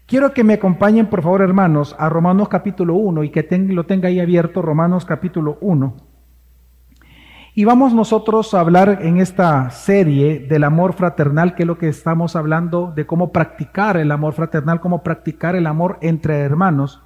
Quiero que me acompañen, por favor, hermanos, a Romanos capítulo 1 y que lo tenga ahí abierto, Romanos capítulo 1. Y vamos nosotros a hablar en esta serie del amor fraternal, que es lo que estamos hablando, de cómo practicar el amor fraternal, cómo practicar el amor entre hermanos.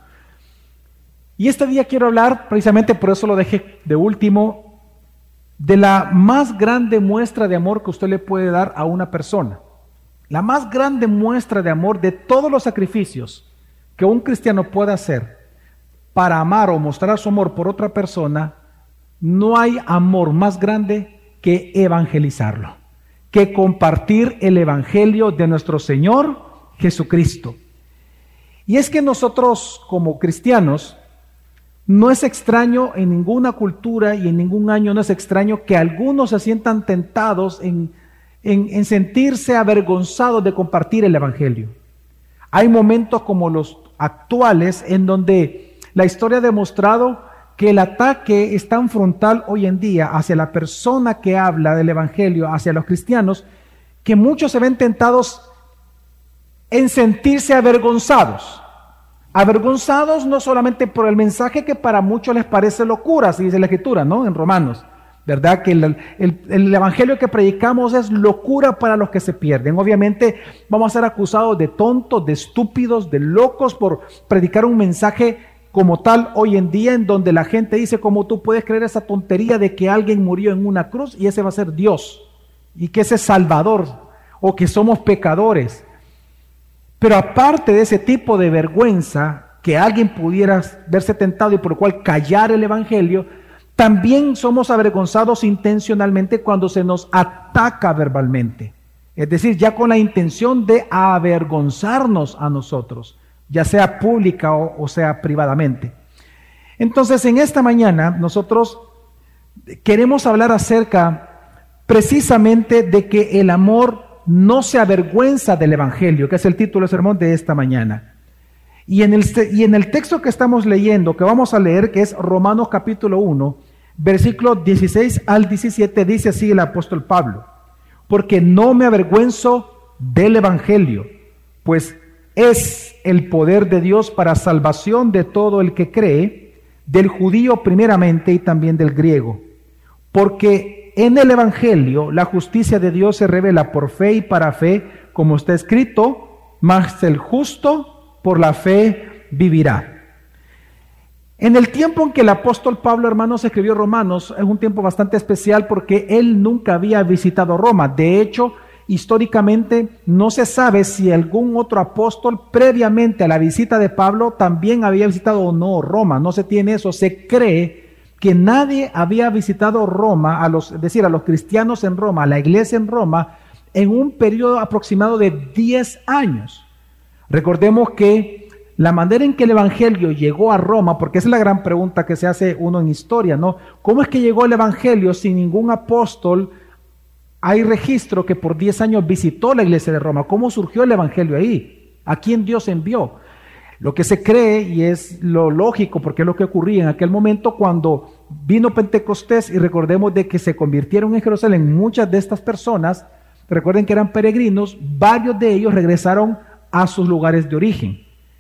Y este día quiero hablar, precisamente por eso lo dejé de último, de la más grande muestra de amor que usted le puede dar a una persona. La más grande muestra de amor de todos los sacrificios que un cristiano puede hacer para amar o mostrar su amor por otra persona, no hay amor más grande que evangelizarlo, que compartir el evangelio de nuestro Señor Jesucristo. Y es que nosotros como cristianos, no es extraño en ninguna cultura y en ningún año no es extraño que algunos se sientan tentados en sentirse avergonzados de compartir el evangelio. Hay momentos como los actuales en donde la historia ha demostrado que el ataque es tan frontal hoy en día hacia la persona que habla del evangelio, hacia los cristianos, que muchos se ven tentados en sentirse avergonzados. Avergonzados no solamente por el mensaje que para muchos les parece locura, así dice la Escritura, ¿no? En Romanos, ¿verdad? Que el evangelio que predicamos es locura para los que se pierden. Obviamente vamos a ser acusados de tontos, de estúpidos, de locos por predicar un mensaje como tal hoy en día, en donde la gente dice: ¿cómo tú puedes creer esa tontería de que alguien murió en una cruz y ese va a ser Dios? Y que ese es Salvador, o que somos pecadores. Pero aparte de ese tipo de vergüenza, que alguien pudiera verse tentado y por lo cual callar el evangelio, también somos avergonzados intencionalmente cuando se nos ataca verbalmente. Es decir, ya con la intención de avergonzarnos a nosotros, ya sea pública o sea privadamente. Entonces, en esta mañana nosotros queremos hablar acerca precisamente de que el amor no se avergüenza del evangelio, que es el título del sermón de esta mañana. Y en el texto que estamos leyendo, que vamos a leer, que es Romanos capítulo 1, versículos 16 al 17, dice así el apóstol Pablo: porque no me avergüenzo del evangelio, pues es el poder de Dios para salvación de todo el que cree, del judío primeramente y también del griego. Porque en el evangelio la justicia de Dios se revela por fe y para fe, como está escrito: mas el justo por la fe vivirá. En el tiempo en que el apóstol Pablo, hermanos, escribió Romanos, es un tiempo bastante especial porque él nunca había visitado Roma. De hecho, históricamente no se sabe si algún otro apóstol previamente a la visita de Pablo también había visitado o no Roma. No se tiene eso. Se cree que nadie había visitado Roma, es decir, a los cristianos en Roma, a la iglesia en Roma, en un periodo aproximado de 10 años. Recordemos que la manera en que el evangelio llegó a Roma, porque esa es la gran pregunta que se hace uno en historia, ¿no? ¿Cómo es que llegó el evangelio sin ningún apóstol? Hay registro que por 10 años visitó la iglesia de Roma. ¿Cómo surgió el evangelio ahí? ¿A quién Dios envió? Lo que se cree, y es lo lógico porque es lo que ocurría en aquel momento cuando vino Pentecostés, y recordemos de que se convirtieron en Jerusalén muchas de estas personas, recuerden que eran peregrinos, varios de ellos regresaron a sus lugares de origen.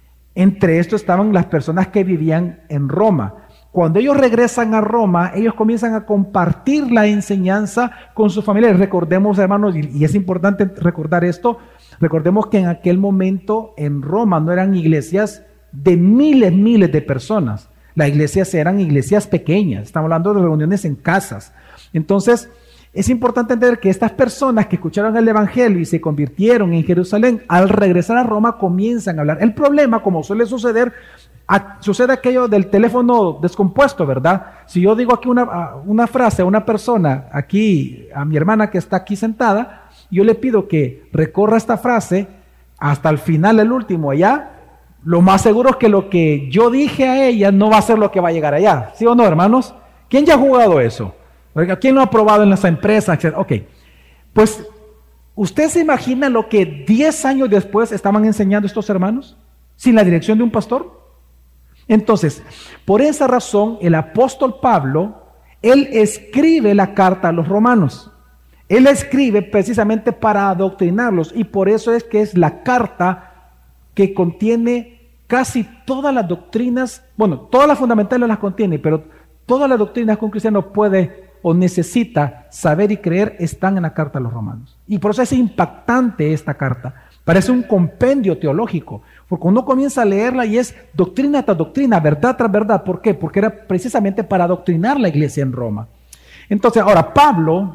Entre estos estaban las personas que vivían en Roma. Cuando ellos regresan a Roma, ellos comienzan a compartir la enseñanza con sus familiares. Recordemos, hermanos, y es importante recordar esto, recordemos que en aquel momento en Roma no eran iglesias de miles de personas. Las iglesias eran iglesias pequeñas, estamos hablando de reuniones en casas. Entonces, es importante entender que estas personas que escucharon el evangelio y se convirtieron en Jerusalén, al regresar a Roma comienzan a hablar. El problema, como suele suceder, sucede aquello del teléfono descompuesto, ¿verdad? Si yo digo aquí una frase a una persona, aquí a mi hermana que está aquí sentada, yo le pido que recorra esta frase hasta el final, el último, allá, lo más seguro es que lo que yo dije a ella no va a ser lo que va a llegar allá. ¿Sí o no, hermanos? ¿Quién ya ha jugado eso? ¿Quién lo ha probado en las empresas? Ok, pues ¿usted se imagina lo que 10 años después estaban enseñando estos hermanos? Sin la dirección de un pastor. Entonces, por esa razón, el apóstol Pablo, él escribe la carta a los romanos. Él escribe precisamente para adoctrinarlos, y por eso es que es la carta que contiene casi todas las doctrinas, bueno, todas las fundamentales las contiene, pero todas las doctrinas que un cristiano puede o necesita saber y creer están en la carta a los Romanos. Y por eso es impactante esta carta. Parece un compendio teológico, porque uno comienza a leerla y es doctrina tras doctrina, verdad tras verdad. ¿Por qué? Porque era precisamente para adoctrinar la iglesia en Roma. Entonces, ahora Pablo,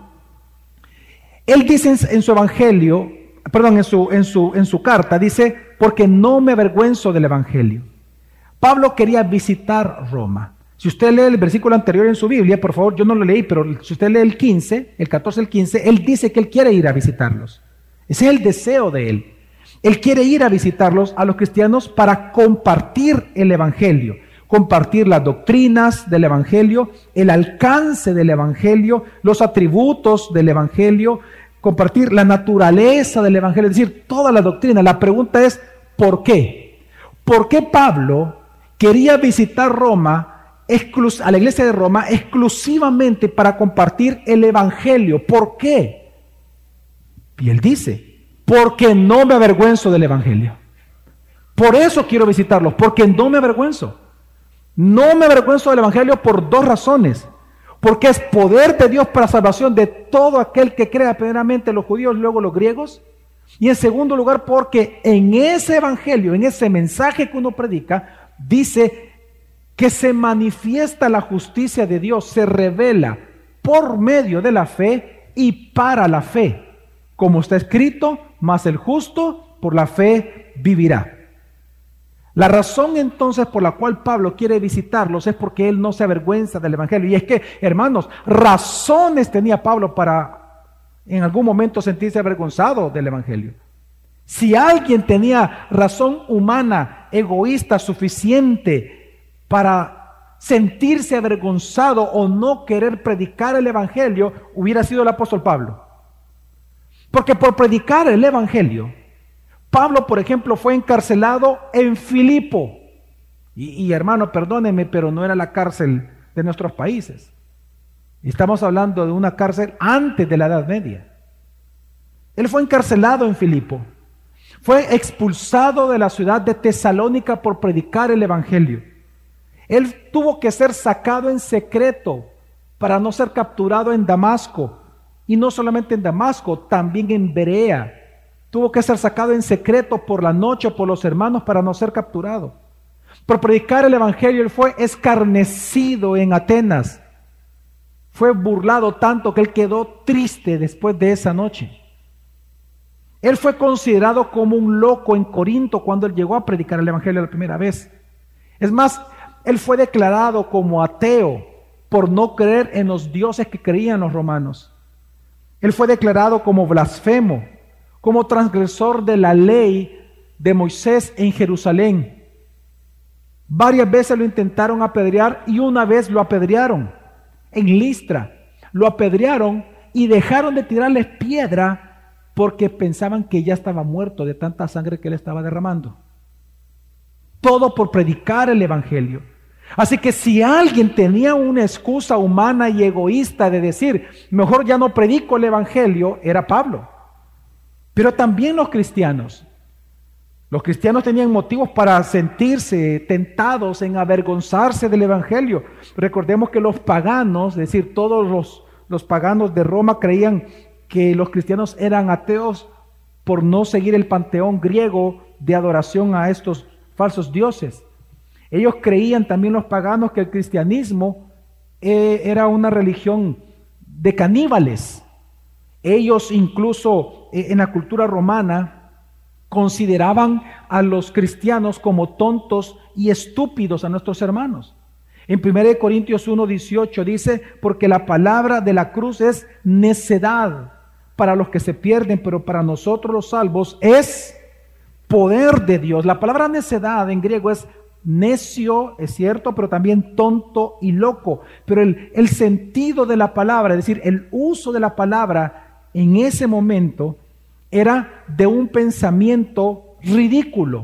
él dice en su evangelio, perdón, en su carta, dice, porque no me avergüenzo del evangelio. Pablo quería visitar Roma. Si usted lee el versículo anterior en su Biblia, por favor, yo no lo leí, pero si usted lee el 15, el 14, el 15, él dice que él quiere ir a visitarlos. Ese es el deseo de él. Él quiere ir a visitarlos, a los cristianos, para compartir el evangelio, compartir las doctrinas del evangelio, el alcance del evangelio, los atributos del evangelio, compartir la naturaleza del evangelio, es decir, toda la doctrina. La pregunta es, ¿por qué? ¿Por qué Pablo quería visitar Roma, a la iglesia de Roma, exclusivamente para compartir el evangelio? ¿Por qué? Y él dice, porque no me avergüenzo del evangelio. Por eso quiero visitarlos, porque no me avergüenzo. No me avergüenzo del evangelio por dos razones. Porque es poder de Dios para salvación de todo aquel que crea, primeramente los judíos, luego los griegos. Y en segundo lugar, porque en ese evangelio, en ese mensaje que uno predica, dice que se manifiesta la justicia de Dios, se revela por medio de la fe y para la fe. Como está escrito, mas el justo por la fe vivirá. La razón entonces por la cual Pablo quiere visitarlos es porque él no se avergüenza del evangelio. Y es que, hermanos, razones tenía Pablo para en algún momento sentirse avergonzado del evangelio. Si alguien tenía razón humana, egoísta, suficiente para sentirse avergonzado o no querer predicar el evangelio, hubiera sido el apóstol Pablo. Porque por predicar el evangelio, Pablo, por ejemplo, fue encarcelado en Filipo. Y hermano, perdónenme, pero no era la cárcel de nuestros países. Estamos hablando de una cárcel antes de la Edad Media. Él fue encarcelado en Filipo. Fue expulsado de la ciudad de Tesalónica por predicar el evangelio. Él tuvo que ser sacado en secreto para no ser capturado en Damasco. Y no solamente en Damasco, también en Berea. Tuvo que ser sacado en secreto por la noche por los hermanos para no ser capturado. Por predicar el evangelio, él fue escarnecido en Atenas. Fue burlado tanto que él quedó triste después de esa noche. Él fue considerado como un loco en Corinto cuando él llegó a predicar el evangelio la primera vez. Es más, él fue declarado como ateo por no creer en los dioses que creían los romanos. Él fue declarado como blasfemo, como transgresor de la ley de Moisés en Jerusalén. Varias veces lo intentaron apedrear y una vez lo apedrearon en Listra. Lo apedrearon y dejaron de tirarle piedra porque pensaban que ya estaba muerto de tanta sangre que él estaba derramando. Todo por predicar el evangelio. Así que si alguien tenía una excusa humana y egoísta de decir, mejor ya no predico el evangelio, era Pablo. Pero también los cristianos tenían motivos para sentirse tentados en avergonzarse del evangelio. Recordemos que los paganos, es decir, todos los paganos de Roma creían que los cristianos eran ateos por no seguir el panteón griego de adoración a estos falsos dioses. Ellos creían también, los paganos, que el cristianismo era una religión de caníbales. Ellos incluso en la cultura romana consideraban a los cristianos como tontos y estúpidos a nuestros hermanos. En 1 Corintios 1:18 dice, porque la palabra de la cruz es necedad para los que se pierden, pero para nosotros los salvos es poder de Dios. La palabra necedad en griego es necio, es cierto, pero también tonto y loco. Pero el sentido de la palabra, es decir, el uso de la palabra en ese momento era de un pensamiento ridículo.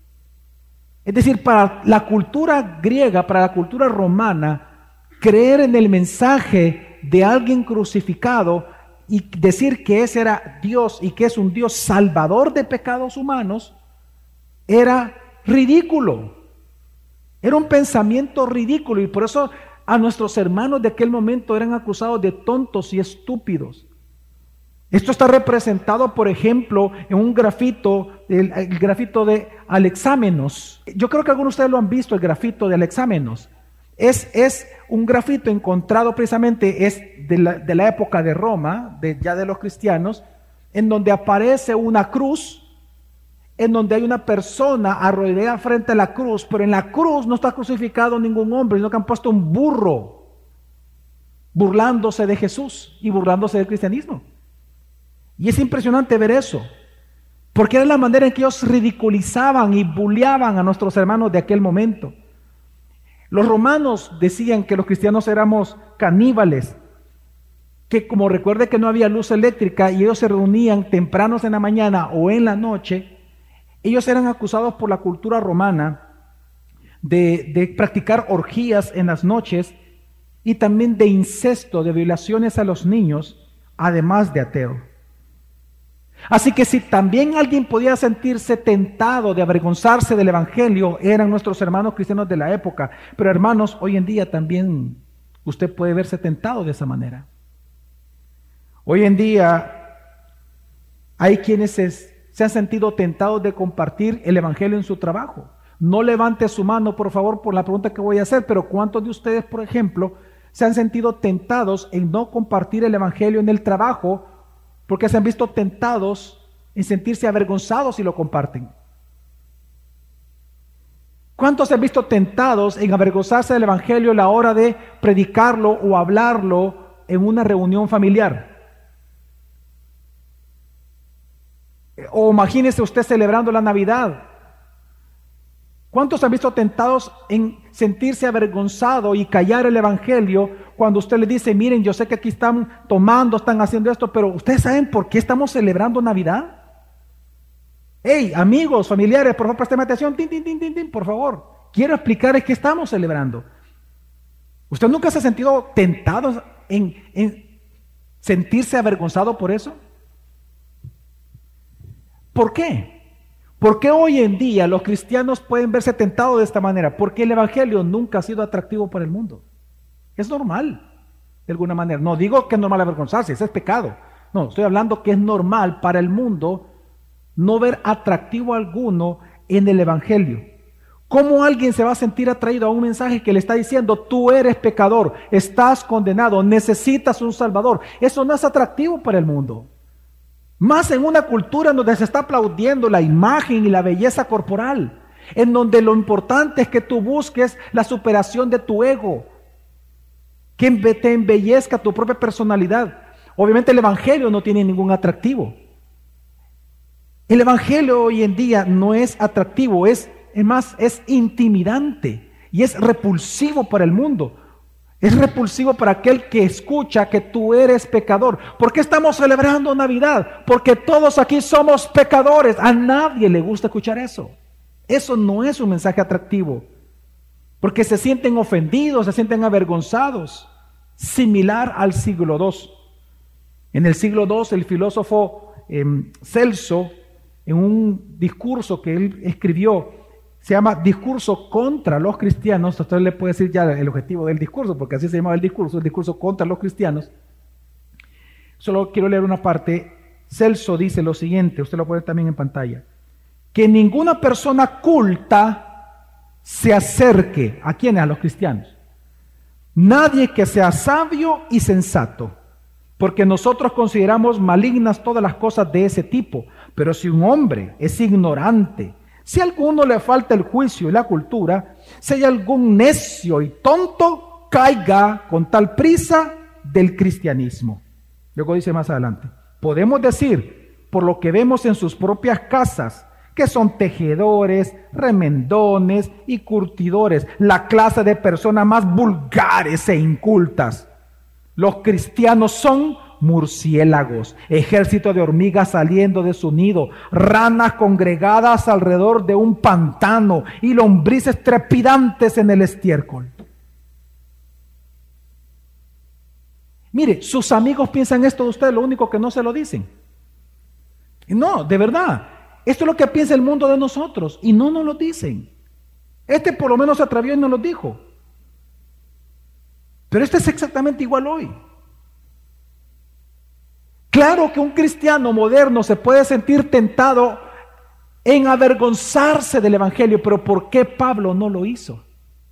Es decir, para la cultura griega, para la cultura romana, creer en el mensaje de alguien crucificado y decir que ese era Dios y que es un Dios salvador de pecados humanos, era ridículo. Era un pensamiento ridículo y por eso a nuestros hermanos de aquel momento eran acusados de tontos y estúpidos. Esto está representado, por ejemplo, en un grafito, el grafito de Alexámenos. Yo creo que algunos de ustedes lo han visto, el grafito de Alexámenos. Es un grafito encontrado precisamente, es de la época de Roma, ya de los cristianos, en donde aparece una cruz, en donde hay una persona arrodillada frente a la cruz, pero en la cruz no está crucificado ningún hombre, sino que han puesto un burro, burlándose de Jesús y burlándose del cristianismo. Y es impresionante ver eso, porque era la manera en que ellos ridiculizaban y bulleaban a nuestros hermanos de aquel momento. Los romanos decían que los cristianos éramos caníbales, que como recuerde que no había luz eléctrica y ellos se reunían tempranos en la mañana o en la noche, ellos eran acusados por la cultura romana de practicar orgías en las noches y también de incesto, de violaciones a los niños, además de ateo. Así que si también alguien podía sentirse tentado de avergonzarse del evangelio, eran nuestros hermanos cristianos de la época. Pero hermanos, hoy en día también usted puede verse tentado de esa manera. Hoy en día hay quienes se han sentido tentados de compartir el evangelio en su trabajo. No levante su mano, por favor, por la pregunta que voy a hacer, pero ¿cuántos de ustedes, por ejemplo, se han sentido tentados en no compartir el evangelio en el trabajo porque se han visto tentados en sentirse avergonzados si lo comparten? ¿Cuántos se han visto tentados en avergonzarse del evangelio a la hora de predicarlo o hablarlo en una reunión familiar? O imagínese usted celebrando la Navidad. ¿Cuántos se han visto tentados en sentirse avergonzado y callar el evangelio cuando usted le dice, miren, yo sé que aquí están tomando, están haciendo esto, pero ustedes saben por qué estamos celebrando Navidad? Hey, amigos, familiares, por favor, présteme atención, por favor. Quiero explicarles qué estamos celebrando. ¿Usted nunca se ha sentido tentado en sentirse avergonzado por eso? ¿Por qué? ¿Por qué hoy en día los cristianos pueden verse tentados de esta manera? Porque el evangelio nunca ha sido atractivo para el mundo. Es normal, de alguna manera. No digo que es normal avergonzarse, ese es pecado. No, estoy hablando que es normal para el mundo no ver atractivo alguno en el evangelio. ¿Cómo alguien se va a sentir atraído a un mensaje que le está diciendo, tú eres pecador, estás condenado, necesitas un salvador? Eso no es atractivo para el mundo. Más en una cultura en donde se está aplaudiendo la imagen y la belleza corporal, en donde lo importante es que tú busques la superación de tu ego, que te embellezca tu propia personalidad. Obviamente el evangelio no tiene ningún atractivo. El evangelio hoy en día no es atractivo, es intimidante y es repulsivo para el mundo. Es repulsivo para aquel que escucha que tú eres pecador. ¿Por qué estamos celebrando Navidad? Porque todos aquí somos pecadores. A nadie le gusta escuchar eso. Eso no es un mensaje atractivo. Porque se sienten ofendidos, se sienten avergonzados. Similar al siglo II. En el siglo II, el filósofo Celso, en un discurso que él escribió, se llama Discurso contra los cristianos. Usted le puede decir ya el objetivo del discurso, porque así se llamaba el discurso contra los cristianos. Solo quiero leer una parte. Celso dice lo siguiente, usted lo puede ver también en pantalla: que ninguna persona culta se acerque, ¿a quiénes? A los cristianos. Nadie que sea sabio y sensato, porque nosotros consideramos malignas todas las cosas de ese tipo. Pero si un hombre es ignorante, si a alguno le falta el juicio y la cultura, si hay algún necio y tonto, caiga con tal prisa del cristianismo. Luego dice más adelante, podemos decir, por lo que vemos en sus propias casas, que son tejedores, remendones y curtidores, la clase de personas más vulgares e incultas. Los cristianos son murciélagos, ejército de hormigas saliendo de su nido, ranas congregadas alrededor de un pantano y lombrices trepidantes en el estiércol. Mire, sus amigos piensan esto de usted, lo único que no se lo dicen. No, de verdad. esto es lo que piensa el mundo de nosotros y no nos lo dicen. Este por lo menos se atrevió y nos lo dijo. Pero este es exactamente igual hoy. Claro que un cristiano moderno se puede sentir tentado en avergonzarse del Evangelio, pero ¿por qué Pablo no lo hizo?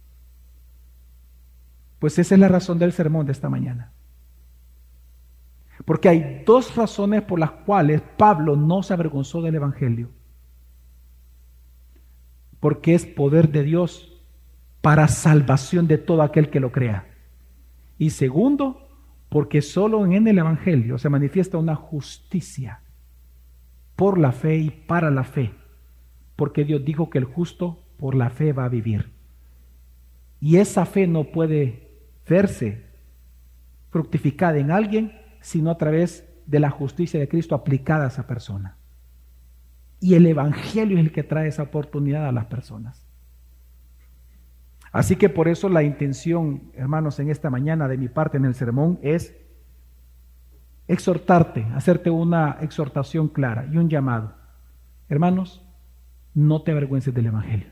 Pues esa es la razón del sermón de esta mañana. Porque hay dos razones por las cuales Pablo no se avergonzó del Evangelio. Porque es poder de Dios para salvación de todo aquel que lo crea. Y segundo, porque solo en el Evangelio se manifiesta una justicia por la fe y para la fe. Porque Dios dijo que el justo por la fe va a vivir. Y esa fe no puede verse fructificada en alguien sino a través de la justicia de Cristo aplicada a esa persona. Y el Evangelio es el que trae esa oportunidad a las personas. Así que por eso la intención, hermanos, en esta mañana de mi parte en el sermón es exhortarte, hacerte una exhortación clara y un llamado. Hermanos, no te avergüences del Evangelio.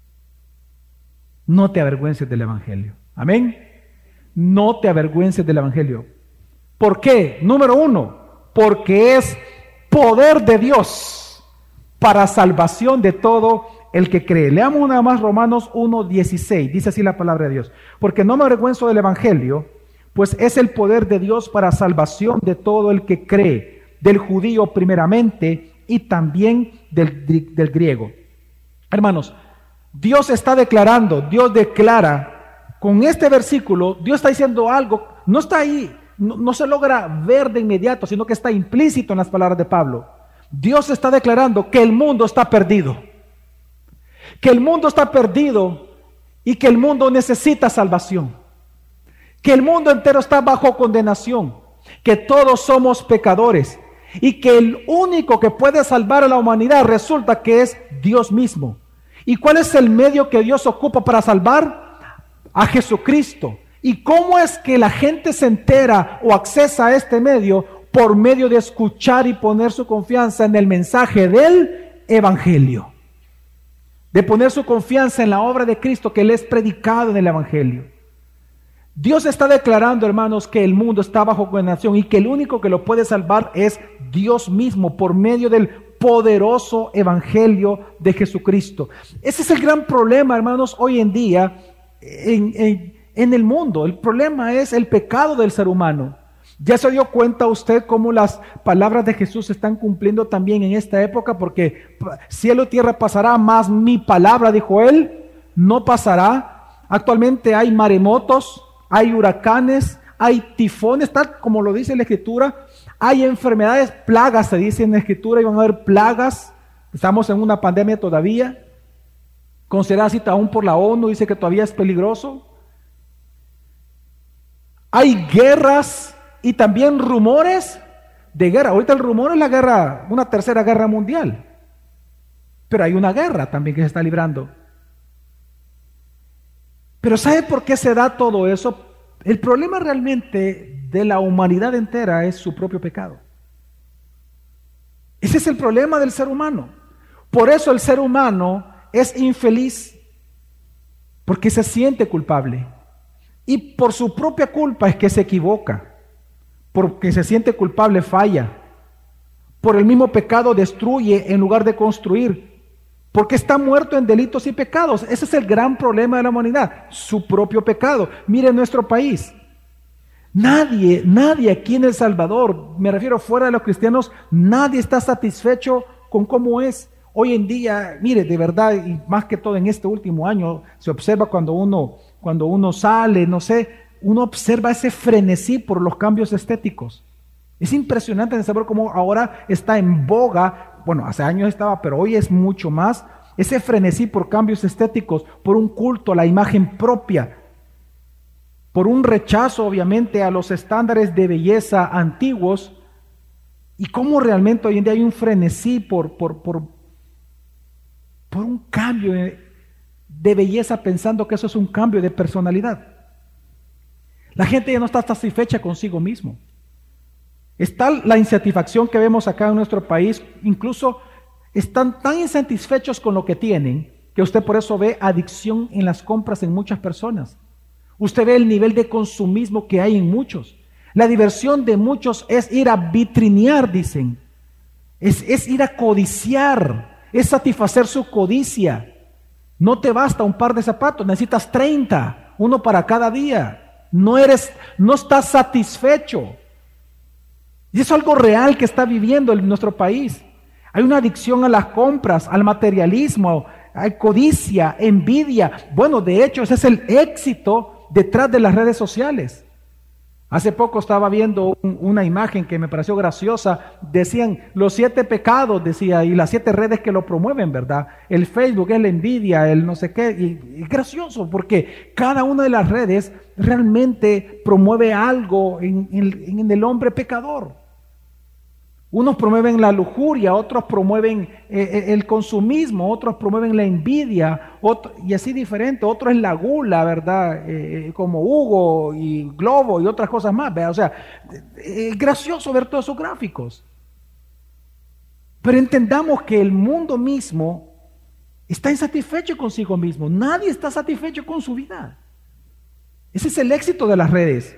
No te avergüences del Evangelio. Amén. No te avergüences del Evangelio. ¿Por qué? Número uno, porque es poder de Dios para salvación de todo el que cree. Leamos nada más Romanos 1:16. Dice así la palabra de Dios. Porque no me avergüenzo del Evangelio, pues es el poder de Dios para salvación de todo el que cree, del judío primeramente y también del griego. Hermanos, Dios está declarando, Dios declara, con este versículo, Dios está diciendo algo, no está ahí, no se logra ver de inmediato, sino que está implícito en las palabras de Pablo. Dios está declarando que el mundo está perdido. Que el mundo está perdido y que el mundo necesita salvación. Que el mundo entero está bajo condenación. Que todos somos pecadores. Y que el único que puede salvar a la humanidad resulta que es Dios mismo. ¿Y cuál es el medio que Dios ocupa para salvar? A Jesucristo. ¿Y cómo es que la gente se entera o accesa a este medio? Por medio de escuchar y poner su confianza en el mensaje del Evangelio. De poner su confianza en la obra de Cristo que le es predicado en el Evangelio. Dios está declarando, hermanos, que el mundo está bajo condenación y que el único que lo puede salvar es Dios mismo por medio del poderoso Evangelio de Jesucristo. Ese es el gran problema, hermanos, hoy en día en el mundo. El problema es el pecado del ser humano. ¿Ya se dio cuenta usted cómo las palabras de Jesús se están cumpliendo también en esta época? Porque cielo y tierra pasará, mas mi palabra, dijo él, no pasará. Actualmente hay maremotos, hay huracanes, hay tifones, tal como lo dice la Escritura. Hay enfermedades, plagas, se dice en la Escritura, y van a haber plagas. Estamos en una pandemia todavía, considerada así aún por la ONU, dice que todavía es peligroso. Hay guerras y también rumores de guerra. Ahorita el rumor es la guerra, una tercera guerra mundial. Pero hay una guerra también que se está librando. Pero ¿sabe por qué se da todo eso? El problema realmente de la humanidad entera es su propio pecado. Ese es el problema del ser humano. Por eso el ser humano es infeliz, porque se siente culpable. Y por su propia culpa es que se equivoca. Porque se siente culpable, falla. Por el mismo pecado destruye en lugar de construir. Porque está muerto en delitos y pecados. Ese es el gran problema de la humanidad, su propio pecado. Mire nuestro país. Nadie aquí en El Salvador, me refiero fuera de los cristianos, nadie está satisfecho con cómo es. Hoy en día, mire, de verdad, y más que todo en este último año, se observa cuando uno sale, no sé, uno observa ese frenesí por los cambios estéticos. Es impresionante de saber cómo ahora está en boga, bueno, hace años estaba, pero hoy es mucho más, ese frenesí por cambios estéticos, por un culto a la imagen propia, por un rechazo obviamente a los estándares de belleza antiguos, y cómo realmente hoy en día hay un frenesí por un cambio de belleza pensando que eso es un cambio de personalidad. La gente ya no está satisfecha consigo mismo. Es tal la insatisfacción que vemos acá en nuestro país, incluso están tan insatisfechos con lo que tienen que usted por eso ve adicción en las compras en muchas personas. Usted ve el nivel de consumismo que hay en muchos. La diversión de muchos es ir a vitrinear, dicen. Es ir a codiciar, es satisfacer su codicia. No te basta un par de zapatos, necesitas 30, uno para cada día. No estás satisfecho. Y eso es algo real que está viviendo en nuestro país. Hay una adicción a las compras, al materialismo, hay codicia, envidia. Bueno, de hecho, ese es el éxito detrás de las redes sociales. Hace poco estaba viendo una imagen que me pareció graciosa. Decían los 7 pecados, decía, y las 7 redes que lo promueven, ¿verdad? El Facebook es la envidia, el no sé qué. Y es gracioso porque cada una de las redes realmente promueve algo en el hombre pecador. Unos promueven la lujuria, otros promueven el consumismo, otros promueven la envidia, y así diferente. Otros es la gula, ¿verdad? Como Hugo y Globo y otras cosas más, ¿verdad? O sea, es gracioso ver todos esos gráficos. Pero entendamos que el mundo mismo está insatisfecho consigo mismo. Nadie está satisfecho con su vida. Ese es el éxito de las redes.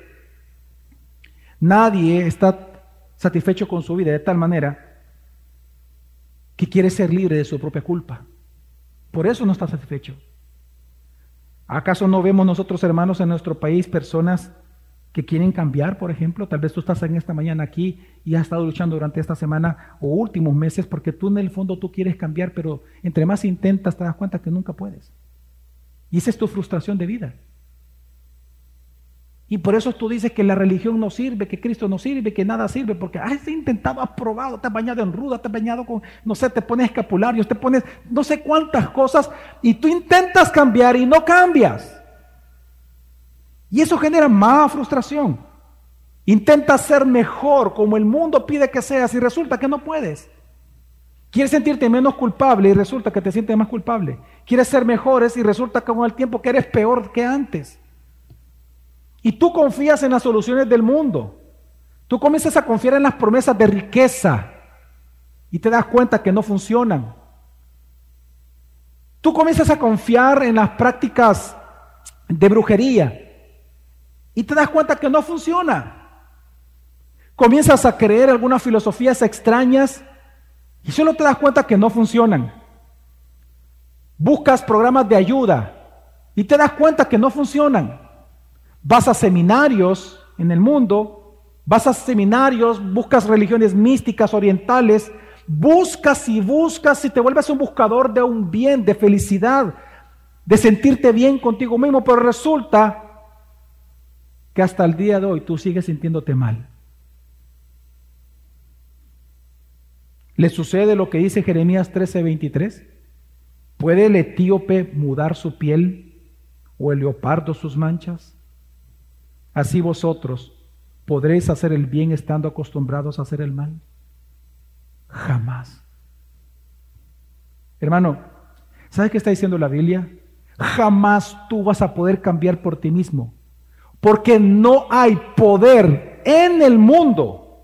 Nadie está satisfecho con su vida de tal manera que quiere ser libre de su propia culpa. Por eso no está satisfecho. ¿Acaso no vemos nosotros, hermanos, en nuestro país personas que quieren cambiar, por ejemplo? Tal vez tú estás en esta mañana aquí y has estado luchando durante esta semana o últimos meses porque tú en el fondo tú quieres cambiar, pero entre más intentas te das cuenta que nunca puedes. Y esa es tu frustración de vida. Y por eso tú dices que la religión no sirve, que Cristo no sirve, que nada sirve, porque has intentado, has probado, te has bañado en ruda, te has bañado con, no sé, te pones escapularios, te pones no sé cuántas cosas, y tú intentas cambiar y no cambias. Y eso genera más frustración. Intentas ser mejor como el mundo pide que seas y resulta que no puedes. Quieres sentirte menos culpable y resulta que te sientes más culpable. Quieres ser mejores y resulta que con el tiempo que eres peor que antes. Y tú confías en las soluciones del mundo. Tú comienzas a confiar en las promesas de riqueza y te das cuenta que no funcionan. Tú comienzas a confiar en las prácticas de brujería y te das cuenta que no funciona. Comienzas a creer algunas filosofías extrañas y solo te das cuenta que no funcionan. Buscas programas de ayuda y te das cuenta que no funcionan. Vas a seminarios en el mundo, vas a seminarios, buscas religiones místicas orientales, buscas y te vuelves un buscador de un bien, de felicidad, de sentirte bien contigo mismo, pero resulta que hasta el día de hoy tú sigues sintiéndote mal. ¿Le sucede lo que dice Jeremías 13:23? ¿Puede el etíope mudar su piel o el leopardo sus manchas? Así vosotros podréis hacer el bien estando acostumbrados a hacer el mal. Jamás. Hermano, ¿sabes qué está diciendo la Biblia? Jamás tú vas a poder cambiar por ti mismo, porque no hay poder en el mundo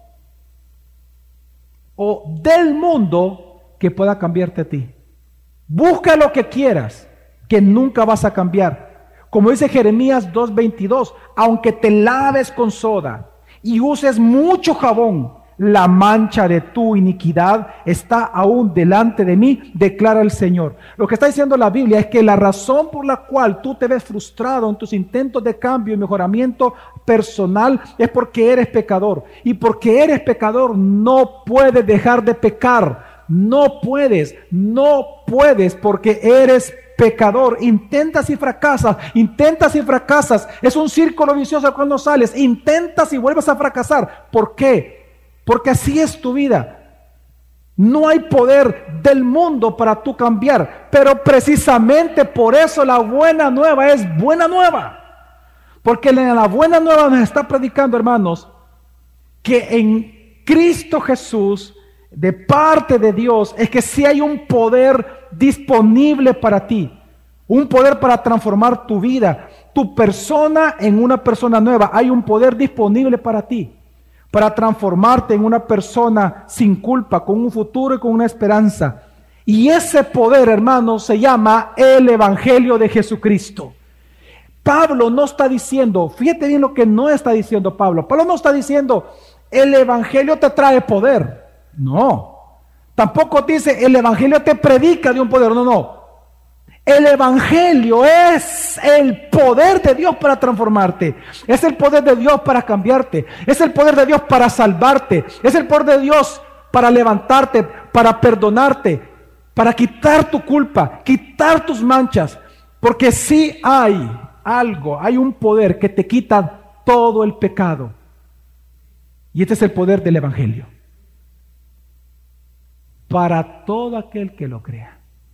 o del mundo que pueda cambiarte a ti. Busca lo que quieras, que nunca vas a cambiar. Como dice Jeremías 2:22, aunque te laves con soda y uses mucho jabón, la mancha de tu iniquidad está aún delante de mí, declara el Señor. Lo que está diciendo la Biblia es que la razón por la cual tú te ves frustrado en tus intentos de cambio y mejoramiento personal es porque eres pecador. Y porque eres pecador no puedes dejar de pecar. No puedes porque eres pecador. Intentas y fracasas. Es un círculo vicioso cuando sales. Intentas y vuelves a fracasar. ¿Por qué? Porque así es tu vida. No hay poder del mundo para tú cambiar. Pero precisamente por eso la buena nueva es buena nueva. Porque la buena nueva nos está predicando, hermanos, que en Cristo Jesús, de parte de Dios, es que sí hay un poder disponible para ti, un poder para transformar tu vida, tu persona en una persona nueva. Hay un poder disponible para ti, para transformarte en una persona sin culpa, con un futuro y con una esperanza. Y ese poder, hermanos, se llama el Evangelio de Jesucristo. Pablo no está diciendo, fíjate bien lo que no está diciendo Pablo. Pablo no está diciendo, el Evangelio te trae poder. No. Tampoco dice, el Evangelio te predica de un poder. No, no. El Evangelio es el poder de Dios para transformarte. Es el poder de Dios para cambiarte. Es el poder de Dios para salvarte. Es el poder de Dios para levantarte, para perdonarte, para quitar tu culpa, quitar tus manchas. Porque sí hay algo, hay un poder que te quita todo el pecado. Y este es el poder del Evangelio. Para todo aquel que lo crea.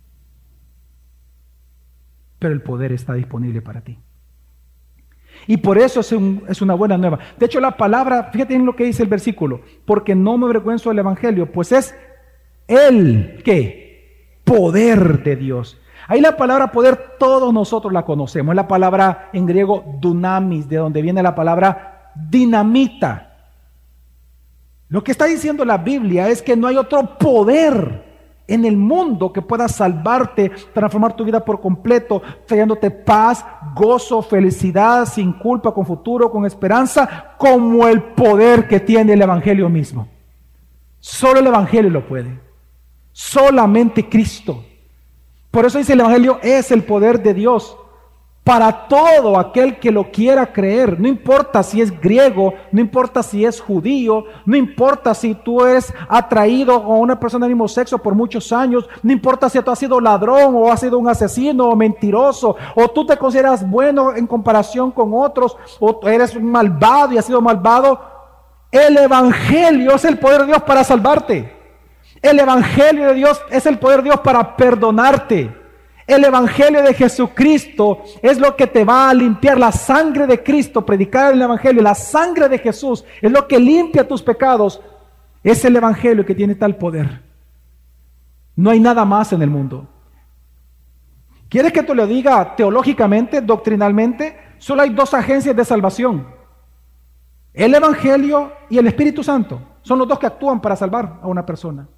Pero el poder está disponible para ti. Y por eso es una buena nueva. De hecho, la palabra, fíjate en lo que dice el versículo, porque no me avergüenzo del Evangelio, pues es el, ¿qué? Poder de Dios. Ahí la palabra poder todos nosotros la conocemos. Es la palabra en griego dunamis, de donde viene la palabra dinamita. Lo que está diciendo la Biblia es que no hay otro poder en el mundo que pueda salvarte, transformar tu vida por completo, trayéndote paz, gozo, felicidad, sin culpa, con futuro, con esperanza, como el poder que tiene el Evangelio mismo. Solo el Evangelio lo puede. Solamente Cristo. Por eso dice el Evangelio es el poder de Dios para todo aquel que lo quiera creer. No importa si es griego, no importa si es judío, no importa si tú eres atraído a una persona del mismo sexo por muchos años, no importa si tú has sido ladrón o has sido un asesino o mentiroso, o tú te consideras bueno en comparación con otros, o eres un malvado y has sido malvado. El Evangelio es el poder de Dios para salvarte. El Evangelio de Dios es el poder de Dios para perdonarte. El Evangelio de Jesucristo es lo que te va a limpiar. La sangre de Cristo, predicar el Evangelio, la sangre de Jesús es lo que limpia tus pecados. Es el Evangelio que tiene tal poder. No hay nada más en el mundo. ¿Quieres que te lo diga teológicamente, doctrinalmente? Solo hay dos agencias de salvación. El Evangelio y el Espíritu Santo. Son los dos que actúan para salvar a una persona.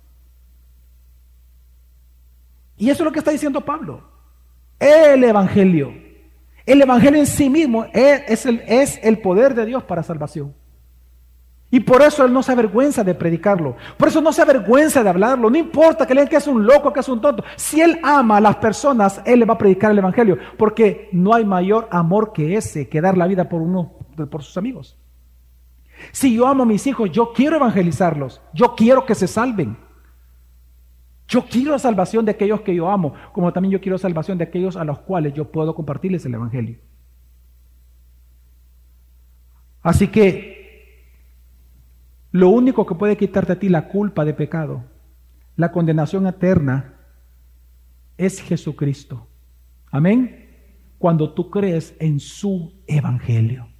Y eso es lo que está diciendo Pablo. El Evangelio. El Evangelio en sí mismo es el poder de Dios para salvación. Y por eso él no se avergüenza de predicarlo. Por eso no se avergüenza de hablarlo. No importa que le digan que es un loco, que es un tonto. Si él ama a las personas, él le va a predicar el Evangelio. Porque no hay mayor amor que ese, que dar la vida por sus amigos. Si yo amo a mis hijos, yo quiero evangelizarlos. Yo quiero que se salven. Yo quiero la salvación de aquellos que yo amo, como también yo quiero salvación de aquellos a los cuales yo puedo compartirles el Evangelio. Así que lo único que puede quitarte a ti la culpa de pecado, la condenación eterna, es Jesucristo. Amén. Cuando tú crees en su Evangelio.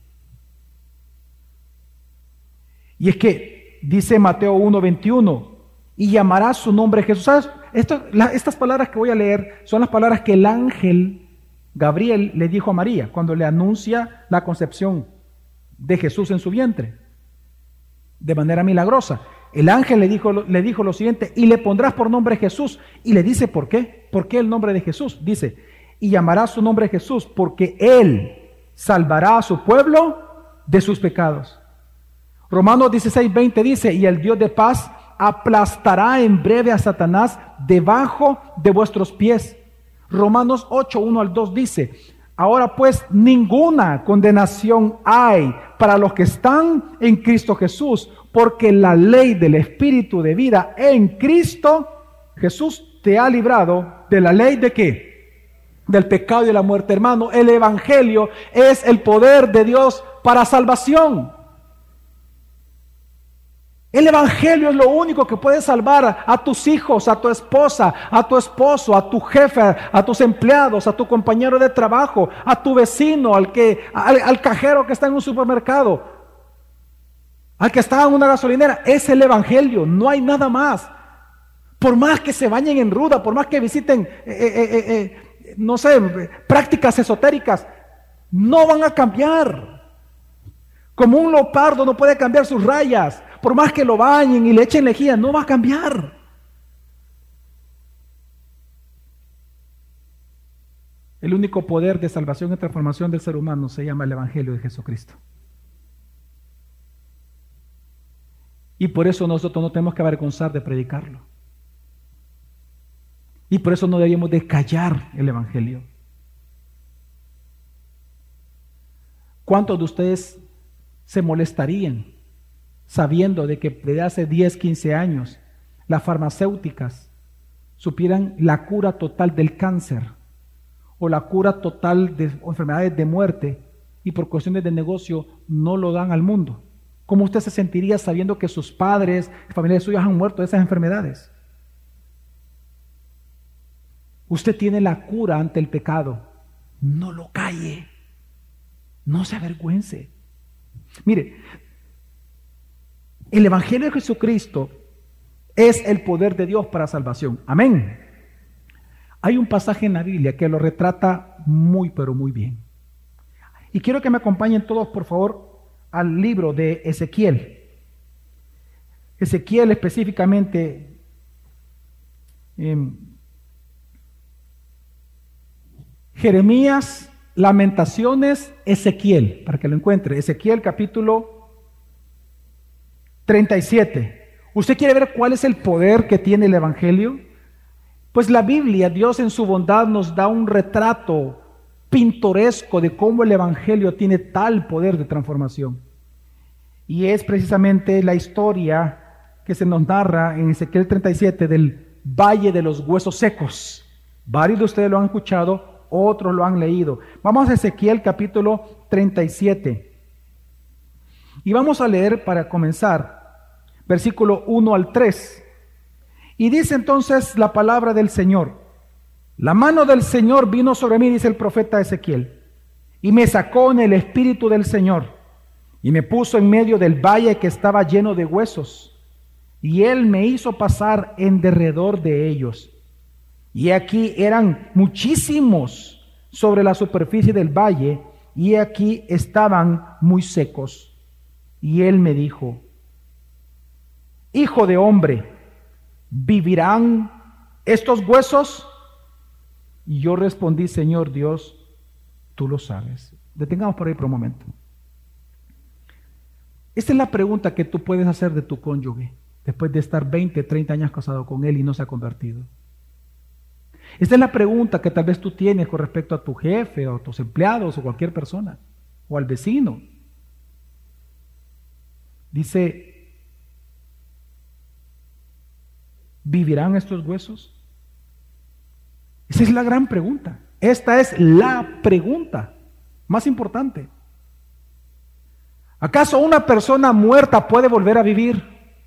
Y es que dice Mateo 1:21, y llamará su nombre Jesús. ¿Sabes? Estas palabras que voy a leer son las palabras que el ángel Gabriel le dijo a María cuando le anuncia la concepción de Jesús en su vientre, de manera milagrosa. El ángel le dijo lo siguiente, y le pondrás por nombre Jesús. Y le dice, ¿por qué? ¿Por qué el nombre de Jesús? Dice, y llamará su nombre Jesús, porque él salvará a su pueblo de sus pecados. Romanos 16:20 dice, y el Dios de paz aplastará en breve a Satanás debajo de vuestros pies. Romanos 8:1-2 dice, ahora pues ninguna condenación hay para los que están en Cristo Jesús, porque la ley del Espíritu de vida en Cristo Jesús te ha librado de la ley de ¿qué? Del pecado y de la muerte. Hermano, el Evangelio es el poder de Dios para salvación. El Evangelio es lo único que puede salvar a tus hijos, a tu esposa, a tu esposo, a tu jefe, a tus empleados, a tu compañero de trabajo, a tu vecino, al cajero que está en un supermercado, al que está en una gasolinera. Es el Evangelio, no hay nada más. Por más que se bañen en ruda, por más que visiten, prácticas esotéricas, no van a cambiar. Como un leopardo no puede cambiar sus rayas. Por más que lo bañen y le echen lejía, no va a cambiar. El único poder de salvación y transformación del ser humano se llama el Evangelio de Jesucristo. Y por eso nosotros no tenemos que avergonzar de predicarlo. Y por eso no debemos de callar el Evangelio. ¿Cuántos de ustedes se molestarían sabiendo de que desde hace 10, 15 años las farmacéuticas supieran la cura total del cáncer o la cura total de enfermedades de muerte y por cuestiones de negocio no lo dan al mundo? ¿Cómo usted se sentiría sabiendo que sus padres, familiares suyos han muerto de esas enfermedades? Usted tiene la cura ante el pecado. No lo calle. No se avergüence. Mire, el Evangelio de Jesucristo es el poder de Dios para salvación. Amén. Hay un pasaje en la Biblia que lo retrata muy, pero muy bien. Y quiero que me acompañen todos, por favor, al libro de Ezequiel. Ezequiel específicamente, Jeremías, Lamentaciones, Ezequiel, para que lo encuentre. Ezequiel capítulo 37. ¿Usted quiere ver cuál es el poder que tiene el Evangelio? Pues la Biblia, Dios en su bondad nos da un retrato pintoresco de cómo el Evangelio tiene tal poder de transformación. Y es precisamente la historia que se nos narra en Ezequiel 37 del Valle de los Huesos Secos. Varios de ustedes lo han escuchado, otros lo han leído. Vamos a Ezequiel capítulo 37. Y vamos a leer para comenzar, versículo 1 al 3. Y dice entonces la palabra del Señor: la mano del Señor vino sobre mí, dice el profeta Ezequiel, y me sacó en el espíritu del Señor, y me puso en medio del valle que estaba lleno de huesos, y Él me hizo pasar en derredor de ellos. Y aquí eran muchísimos sobre la superficie del valle, y aquí estaban muy secos. Y Él me dijo: hijo de hombre, ¿vivirán estos huesos? Y yo respondí: Señor Dios, tú lo sabes. Detengamos por ahí por un momento. Esta es la pregunta que tú puedes hacer de tu cónyuge después de estar 20, 30 años casado con él y no se ha convertido. Esta es la pregunta que tal vez tú tienes con respecto a tu jefe o a tus empleados o cualquier persona o al vecino. Dice: ¿vivirán estos huesos? Esa es la gran pregunta. Esta es la pregunta más importante. ¿Acaso una persona muerta puede volver a vivir?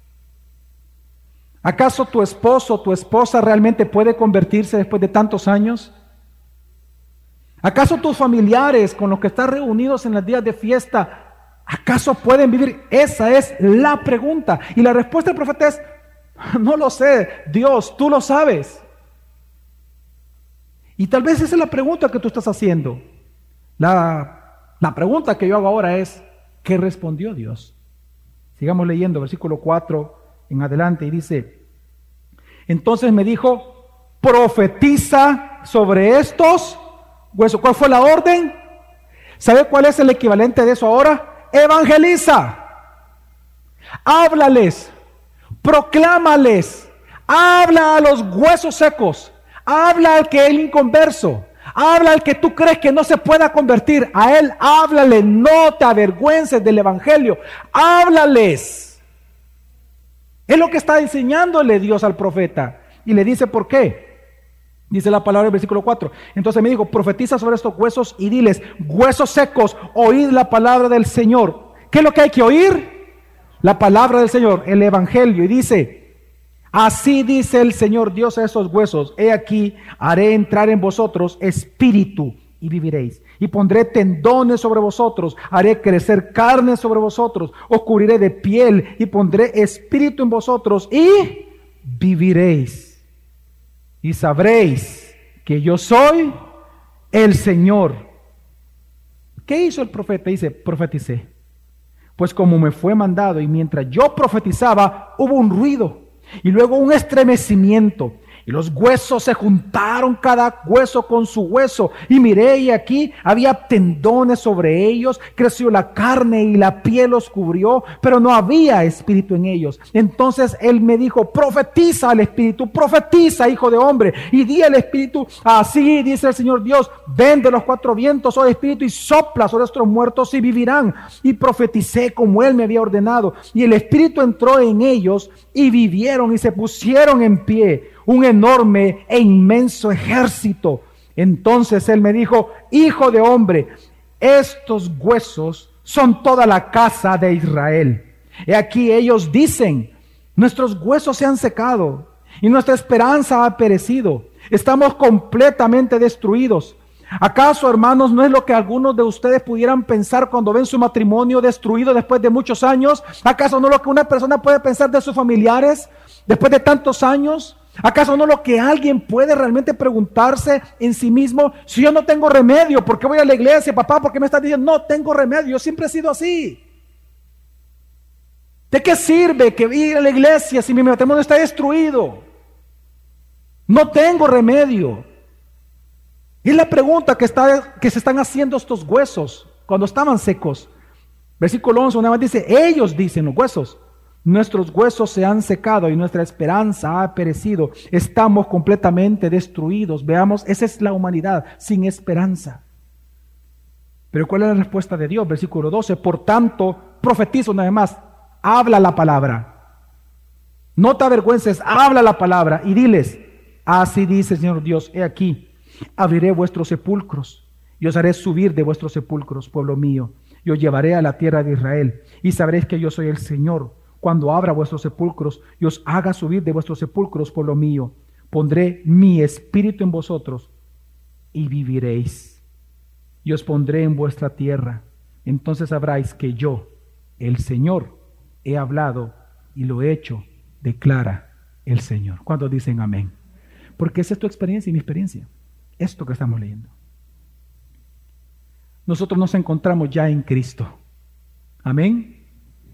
¿Acaso tu esposo o tu esposa realmente puede convertirse después de tantos años? ¿Acaso tus familiares con los que estás reunidos en los días de fiesta, acaso pueden vivir? Esa es la pregunta. Y la respuesta del profeta es: no lo sé, Dios, tú lo sabes. Y tal vez esa es la pregunta que tú estás haciendo. La pregunta que yo hago ahora es: ¿qué respondió Dios? Sigamos leyendo, versículo 4 en adelante, y dice: entonces me dijo: profetiza sobre estos huesos. ¿Cuál fue la orden? ¿Sabe cuál es el equivalente de eso ahora? Evangeliza. Háblales, proclámales, habla a los huesos secos, habla al que es inconverso, habla al que tú crees que no se pueda convertir, a él háblale, no te avergüences del evangelio, háblales. Es lo que está enseñándole Dios al profeta. Y le dice por qué. Dice la palabra en versículo 4. Entonces me dijo: profetiza sobre estos huesos y diles: huesos secos, oíd la palabra del Señor. ¿Qué es lo que hay que oír? La palabra del Señor, el evangelio. Y dice: así dice el Señor Dios a esos huesos: he aquí, haré entrar en vosotros espíritu y viviréis. Y pondré tendones sobre vosotros, haré crecer carne sobre vosotros, os cubriré de piel y pondré espíritu en vosotros y viviréis. Y sabréis que yo soy el Señor. ¿Qué hizo el profeta? Dice: profeticé. Pues como me fue mandado, y mientras yo profetizaba, hubo un ruido y luego un estremecimiento. Y los huesos se juntaron, cada hueso con su hueso. Y miré, y aquí había tendones sobre ellos. Creció la carne y la piel los cubrió, pero no había espíritu en ellos. Entonces él me dijo: profetiza al espíritu, profetiza, hijo de hombre, y di al espíritu: así dice el Señor Dios, ven de los cuatro vientos, oh espíritu, y sopla sobre estos muertos y vivirán. Y profeticé como él me había ordenado. Y el espíritu entró en ellos y vivieron y se pusieron en pie un enorme e inmenso ejército. Entonces él me dijo: hijo de hombre, estos huesos son toda la casa de Israel. He aquí ellos dicen: nuestros huesos se han secado y nuestra esperanza ha perecido. Estamos completamente destruidos. ¿Acaso, hermanos, no es lo que algunos de ustedes pudieran pensar cuando ven su matrimonio destruido después de muchos años? ¿Acaso no es lo que una persona puede pensar de sus familiares después de tantos años? ¿Acaso no lo que alguien puede realmente preguntarse en sí mismo? Si yo no tengo remedio, ¿por qué voy a la iglesia? Papá, ¿por qué me estás diciendo no tengo remedio? Yo siempre he sido así. ¿De qué sirve que ir a la iglesia si mi matrimonio está destruido? No tengo remedio. Y es la pregunta que se están haciendo estos huesos cuando estaban secos. Versículo 11 una vez dice: ellos dicen, los huesos, nuestros huesos se han secado y nuestra esperanza ha perecido. Estamos completamente destruidos. Veamos, esa es la humanidad, sin esperanza. Pero ¿cuál es la respuesta de Dios? Versículo 12: por tanto, profetizo una vez más, habla la palabra. No te avergüences, habla la palabra y diles: así dice el Señor Dios, he aquí, abriré vuestros sepulcros y os haré subir de vuestros sepulcros, pueblo mío, y os llevaré a la tierra de Israel, y sabréis que yo soy el Señor, cuando abra vuestros sepulcros y os haga subir de vuestros sepulcros, pueblo mío. Pondré mi espíritu en vosotros y viviréis, y os pondré en vuestra tierra. Entonces sabráis que yo, el Señor, he hablado y lo he hecho, declara el Señor. ¿Cuántos dicen amén? Porque esa es tu experiencia y mi experiencia. Esto que estamos leyendo. Nosotros nos encontramos ya en Cristo. Amén.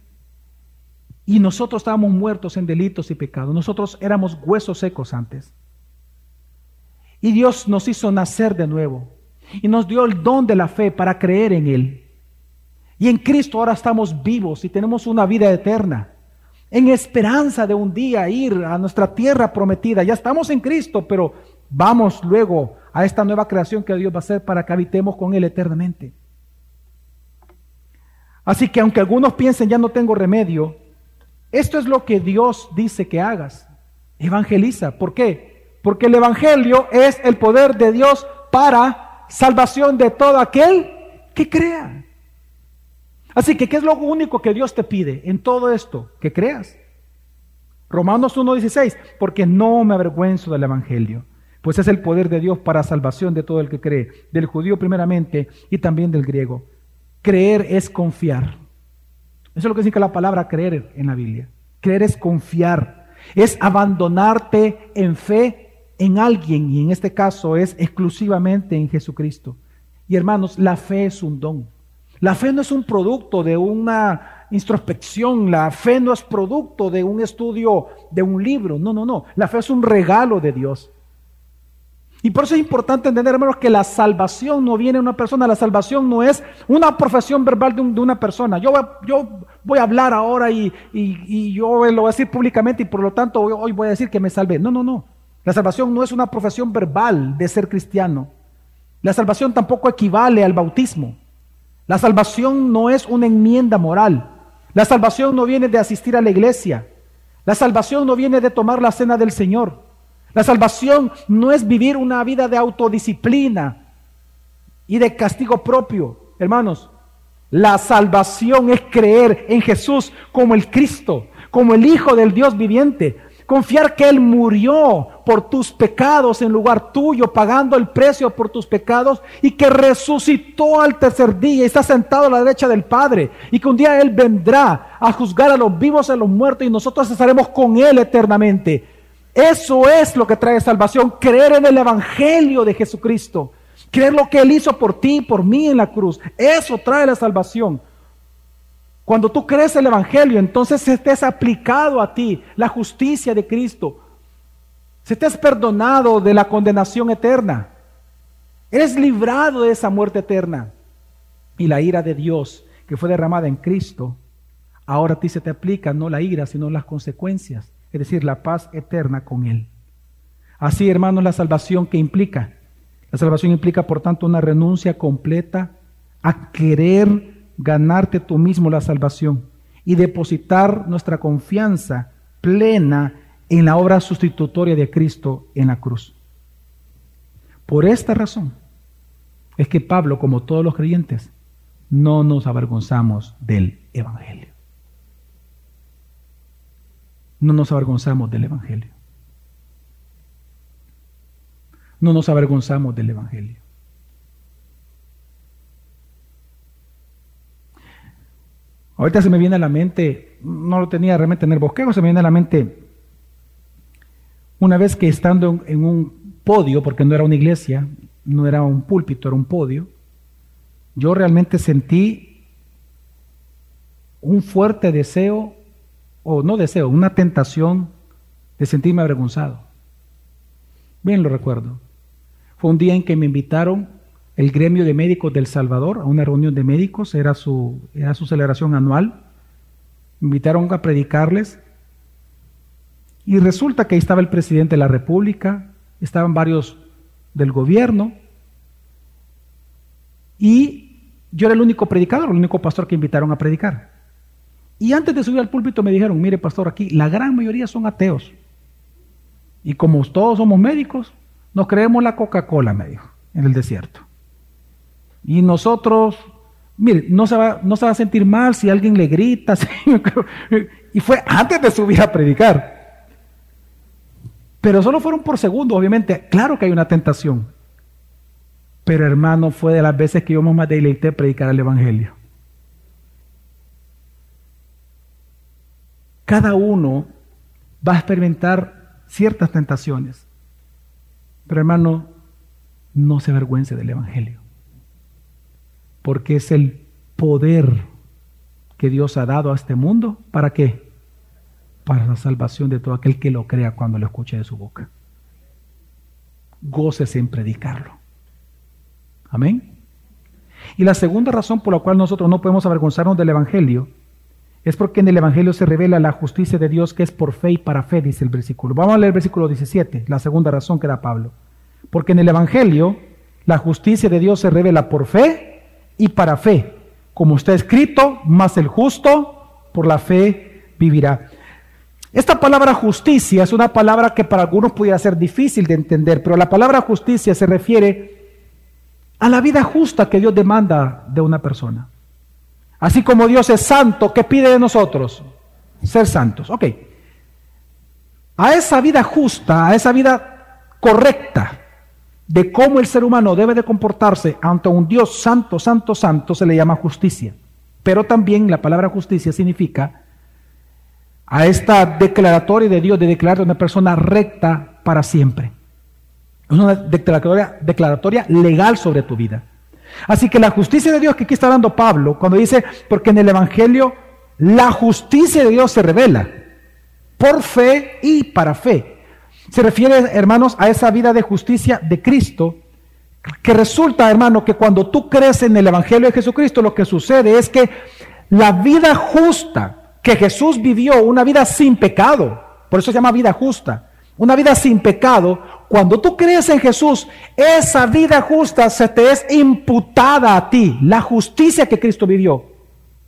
Y nosotros estábamos muertos en delitos y pecados. Nosotros éramos huesos secos antes. Y Dios nos hizo nacer de nuevo. Y nos dio el don de la fe para creer en Él. Y en Cristo ahora estamos vivos y tenemos una vida eterna. En esperanza de un día ir a nuestra tierra prometida. Ya estamos en Cristo, pero vamos luego a esta nueva creación que Dios va a hacer para que habitemos con Él eternamente. Así que aunque algunos piensen ya no tengo remedio, esto es lo que Dios dice que hagas. Evangeliza. ¿Por qué? Porque el evangelio es el poder de Dios para salvación de todo aquel que crea. Así que, ¿qué es lo único que Dios te pide en todo esto? Que creas. Romanos 1:16, porque no me avergüenzo del evangelio, pues es el poder de Dios para salvación de todo el que cree, del judío primeramente y también del griego. Creer es confiar. Eso es lo que significa la palabra creer en la Biblia. Creer es confiar, es abandonarte en fe en alguien, y en este caso es exclusivamente en Jesucristo. Y hermanos, la fe es un don. La fe no es un producto de una introspección, la fe no es producto de un estudio de un libro, no. La fe es un regalo de Dios. Y por eso es importante entender, hermanos, que la salvación no viene de una persona. La salvación no es una profesión verbal de una persona. Yo voy a hablar ahora y yo lo voy a decir públicamente y por lo tanto hoy voy a decir que me salvé. No. La salvación no es una profesión verbal de ser cristiano. La salvación tampoco equivale al bautismo. La salvación no es una enmienda moral. La salvación no viene de asistir a la iglesia. La salvación no viene de tomar la cena del Señor. La salvación no es vivir una vida de autodisciplina y de castigo propio. Hermanos, la salvación es creer en Jesús como el Cristo, como el Hijo del Dios viviente. Confiar que Él murió por tus pecados en lugar tuyo, pagando el precio por tus pecados, y que resucitó al tercer día y está sentado a la derecha del Padre, y que un día Él vendrá a juzgar a los vivos y a los muertos, y nosotros estaremos con Él eternamente. Eso es lo que trae salvación, creer en el Evangelio de Jesucristo, creer lo que Él hizo por ti y por mí en la cruz. Eso trae la salvación. Cuando tú crees el Evangelio, entonces estés aplicado a ti la justicia de Cristo. Se te has perdonado de la condenación eterna. Eres librado de esa muerte eterna. Y la ira de Dios que fue derramada en Cristo, ahora a ti se te aplica no la ira, sino las consecuencias, es decir, la paz eterna con Él. Así, hermanos, la salvación que implica. La salvación implica, por tanto, una renuncia completa a querer ganarte tú mismo la salvación y depositar nuestra confianza plena en la obra sustitutoria de Cristo en la cruz. Por esta razón es que Pablo, como todos los creyentes, no nos avergonzamos del Evangelio. No nos avergonzamos del Evangelio. No nos avergonzamos del Evangelio. Ahorita se me viene a la mente, no lo tenía realmente en el bosquejo, se me viene a la mente una vez que estando en un podio, porque no era una iglesia, no era un púlpito, era un podio, yo realmente sentí un fuerte deseo, o no deseo, una tentación de sentirme avergonzado. Bien lo recuerdo. Fue un día en que me invitaron el gremio de médicos del Salvador a una reunión de médicos, era su celebración anual. Me invitaron a predicarles y resulta que ahí estaba el presidente de la República, estaban varios del gobierno y yo era el único predicador, el único pastor que invitaron a predicar. Y antes de subir al púlpito me dijeron, mire pastor, aquí la gran mayoría son ateos y como todos somos médicos, nos creemos la Coca-Cola, me dijo, en el desierto. Y nosotros, mire, no se va a sentir mal si alguien le grita. Y fue antes de subir a predicar. Pero solo fueron por segundos, obviamente. Claro que hay una tentación. Pero hermano, fue de las veces que yo más deleité predicar el Evangelio. Cada uno va a experimentar ciertas tentaciones. Pero hermano, no se avergüence del Evangelio. Porque es el poder que Dios ha dado a este mundo. ¿Para qué? Para la salvación de todo aquel que lo crea cuando lo escuche de su boca. Gócese en predicarlo. Amén. Y la segunda razón por la cual nosotros no podemos avergonzarnos del Evangelio es porque en el Evangelio se revela la justicia de Dios que es por fe y para fe, dice el versículo. Vamos a leer el versículo 17, la segunda razón que da Pablo. Porque en el Evangelio la justicia de Dios se revela por fe y para fe, como está escrito, mas el justo por la fe vivirá. Esta palabra justicia es una palabra que para algunos pudiera ser difícil de entender, pero la palabra justicia se refiere a la vida justa que Dios demanda de una persona. Así como Dios es santo, ¿qué pide de nosotros? Ser santos. Ok. A esa vida justa, a esa vida correcta, de cómo el ser humano debe de comportarse ante un Dios santo, santo, santo, se le llama justicia. Pero también la palabra justicia significa a esta declaratoria de Dios de declarar a una persona recta para siempre. Es una declaratoria legal sobre tu vida. Así que la justicia de Dios que aquí está hablando Pablo, cuando dice, porque en el Evangelio la justicia de Dios se revela por fe y para fe. Se refiere, hermanos, a esa vida de justicia de Cristo, que resulta, hermano, que cuando tú crees en el Evangelio de Jesucristo, lo que sucede es que la vida justa que Jesús vivió, una vida sin pecado, por eso se llama vida justa, una vida sin pecado, cuando tú crees en Jesús, esa vida justa se te es imputada a ti, la justicia que Cristo vivió.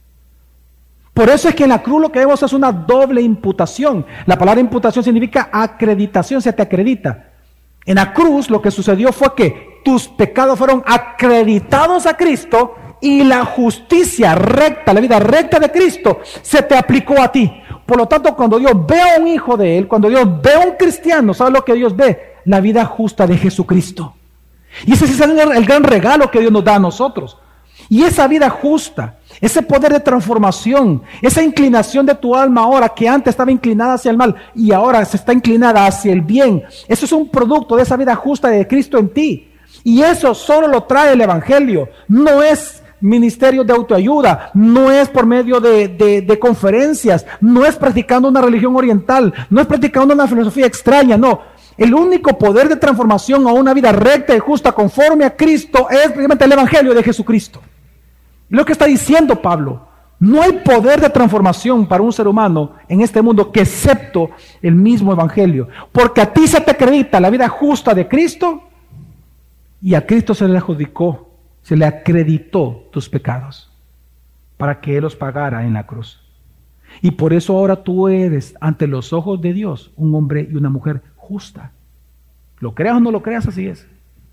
Por eso es que en la cruz lo que vemos es una doble imputación. La palabra imputación significa acreditación, se te acredita. En la cruz lo que sucedió fue que tus pecados fueron acreditados a Cristo y la justicia recta, la vida recta de Cristo se te aplicó a ti. Por lo tanto, cuando Dios ve a un hijo de Él, cuando Dios ve a un cristiano, ¿sabe lo que Dios ve? La vida justa de Jesucristo. Y ese es el gran regalo que Dios nos da a nosotros. Y esa vida justa, ese poder de transformación, esa inclinación de tu alma ahora que antes estaba inclinada hacia el mal y ahora se está inclinada hacia el bien, eso es un producto de esa vida justa de Cristo en ti. Y eso solo lo trae el Evangelio. No es ministerio de autoayuda, no es por medio de conferencias, no es practicando una religión oriental, no es practicando una filosofía extraña, no. el único poder de transformación a una vida recta y justa conforme a Cristo es precisamente el Evangelio de Jesucristo. Lo que está diciendo Pablo, no hay poder de transformación para un ser humano en este mundo que excepto el mismo Evangelio. Porque a ti se te acredita la vida justa de Cristo y a Cristo se le adjudicó, se le acreditó tus pecados para que Él los pagara en la cruz. Y por eso ahora tú eres ante los ojos de Dios un hombre y una mujer justa. Lo creas o no lo creas, así es.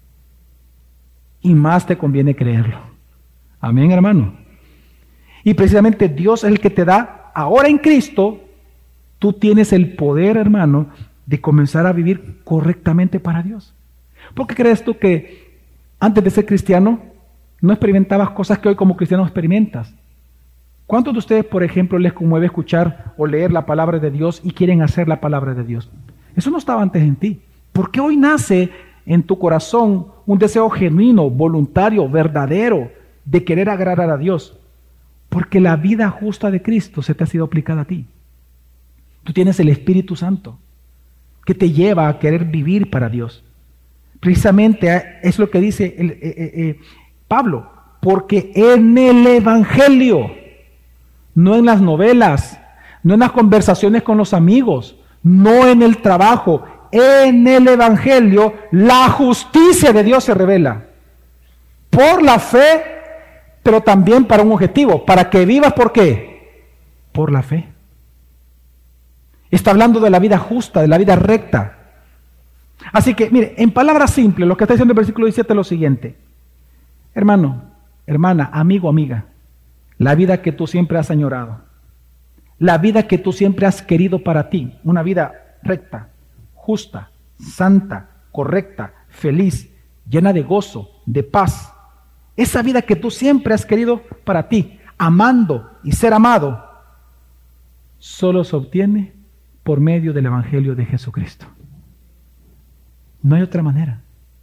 Y más te conviene creerlo. Amén, hermano. Y precisamente Dios es el que te da, ahora en Cristo, tú tienes el poder, hermano, de comenzar a vivir correctamente para Dios. ¿Por qué crees tú que antes de ser cristiano no experimentabas cosas que hoy como cristiano experimentas? ¿Cuántos de ustedes, por ejemplo, les conmueve escuchar o leer la palabra de Dios y quieren hacer la palabra de Dios? Eso no estaba antes en ti. ¿Por qué hoy nace en tu corazón un deseo genuino, voluntario, verdadero de querer agradar a Dios? Porque la vida justa de Cristo se te ha sido aplicada a ti. Tú tienes el Espíritu Santo que te lleva a querer vivir para Dios. Precisamente es lo que dice Pablo, porque en el Evangelio, no en las novelas, no en las conversaciones con los amigos, no en el trabajo, en el Evangelio, la justicia de Dios se revela. Por la fe, pero también para un objetivo, para que vivas, ¿por qué? Por la fe. Está hablando de la vida justa, de la vida recta. Así que, mire, en palabras simples, lo que está diciendo el versículo 17 es lo siguiente. Hermano, hermana, amigo, amiga, la vida que tú siempre has añorado, la vida que tú siempre has querido para ti, una vida recta, justa, santa, correcta, feliz, llena de gozo, de paz. Esa vida que tú siempre has querido para ti, amando y ser amado, solo se obtiene por medio del Evangelio de Jesucristo. No hay otra manera.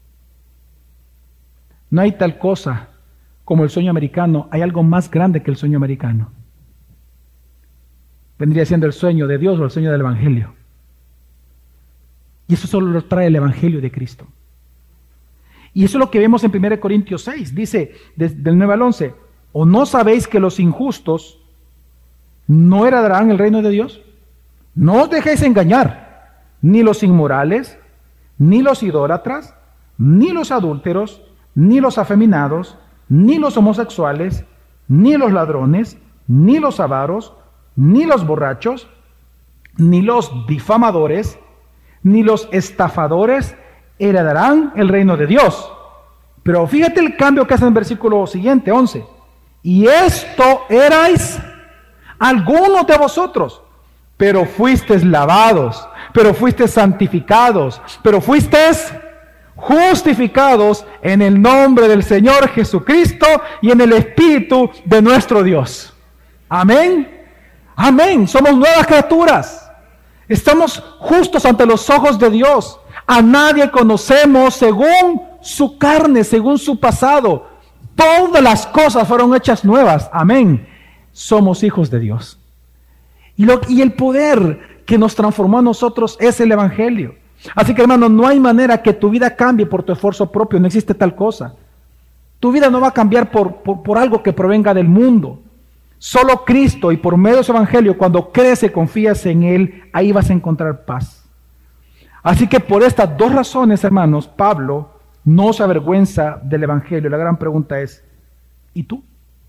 No hay tal cosa como el sueño americano. Hay algo más grande que el sueño americano. Vendría siendo el sueño de Dios o el sueño del Evangelio. Y eso solo lo trae el Evangelio de Cristo. Y eso es lo que vemos en 1 Corintios 6. Dice, del 9 al 11, ¿o no sabéis que los injustos no heredarán el reino de Dios? No os dejéis engañar, ni los inmorales, ni los idólatras, ni los adúlteros, ni los afeminados, ni los homosexuales, ni los ladrones, ni los avaros, ni los borrachos, ni los difamadores, ni los estafadores heredarán el reino de Dios. Pero fíjate el cambio que hace en el versículo siguiente, 11. Y esto erais algunos de vosotros, pero fuisteis lavados, pero fuisteis santificados, pero fuisteis justificados en el nombre del Señor Jesucristo y en el Espíritu de nuestro Dios. Amén. Amén. Somos nuevas criaturas. Estamos justos ante los ojos de Dios. A nadie conocemos según su carne, según su pasado. Todas las cosas fueron hechas nuevas. Amén. Somos hijos de Dios. Y el poder que nos transformó a nosotros es el Evangelio. Así que, hermano, no hay manera que tu vida cambie por tu esfuerzo propio. No existe tal cosa. Tu vida no va a cambiar por algo que provenga del mundo. Solo Cristo, y por medio de su Evangelio, cuando crees y confías en Él, ahí vas a encontrar paz. Así que por estas dos razones, hermanos, Pablo no se avergüenza del Evangelio. La gran pregunta es, ¿y tú?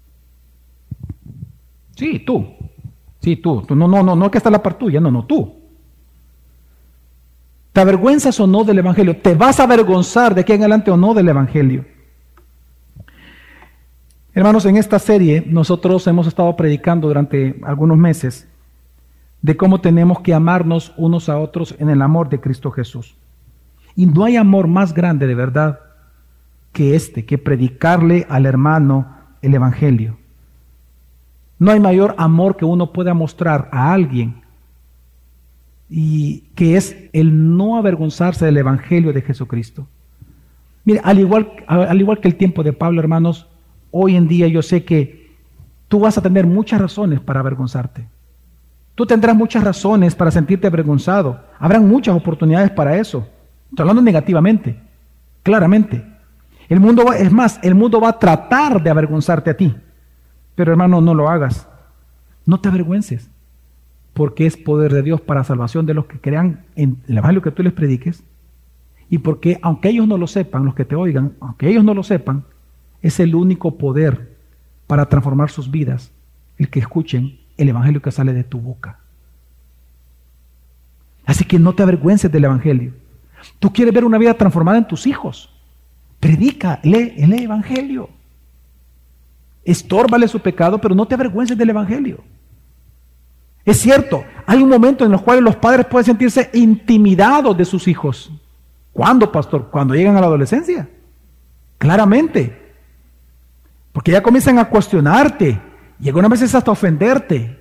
Sí, tú. Sí, tú. No que está la par tuya, no, tú. ¿Te avergüenzas o no del Evangelio? ¿Te vas a avergonzar de aquí en adelante o no del Evangelio? Hermanos, en esta serie nosotros hemos estado predicando durante algunos meses de cómo tenemos que amarnos unos a otros en el amor de Cristo Jesús. Y no hay amor más grande de verdad que predicarle al hermano el Evangelio. No hay mayor amor que uno pueda mostrar a alguien, y que es el no avergonzarse del Evangelio de Jesucristo. Mire, al igual que el tiempo de Pablo, hermanos, hoy en día yo sé que tú vas a tener muchas razones para avergonzarte. Tú tendrás muchas razones para sentirte avergonzado. Habrán muchas oportunidades para eso. Estoy hablando negativamente, claramente. El mundo va, es más, el mundo va a tratar de avergonzarte a ti. Pero hermano, no lo hagas. No te avergüences. Porque es poder de Dios para salvación de los que crean en el evangelio que tú les prediques. Y porque, aunque ellos no lo sepan, los que te oigan, aunque ellos no lo sepan, es el único poder para transformar sus vidas, el que escuchen el evangelio que sale de tu boca. Así que no te avergüences del evangelio. Tú quieres ver una vida transformada en tus hijos. Predica, lee el evangelio. Estórbale su pecado, pero no te avergüences del evangelio. Es cierto, hay un momento en los cuales los padres pueden sentirse intimidados de sus hijos. ¿Cuándo, pastor? Cuando llegan a la adolescencia. Claramente. Porque ya comienzan a cuestionarte y algunas veces hasta ofenderte.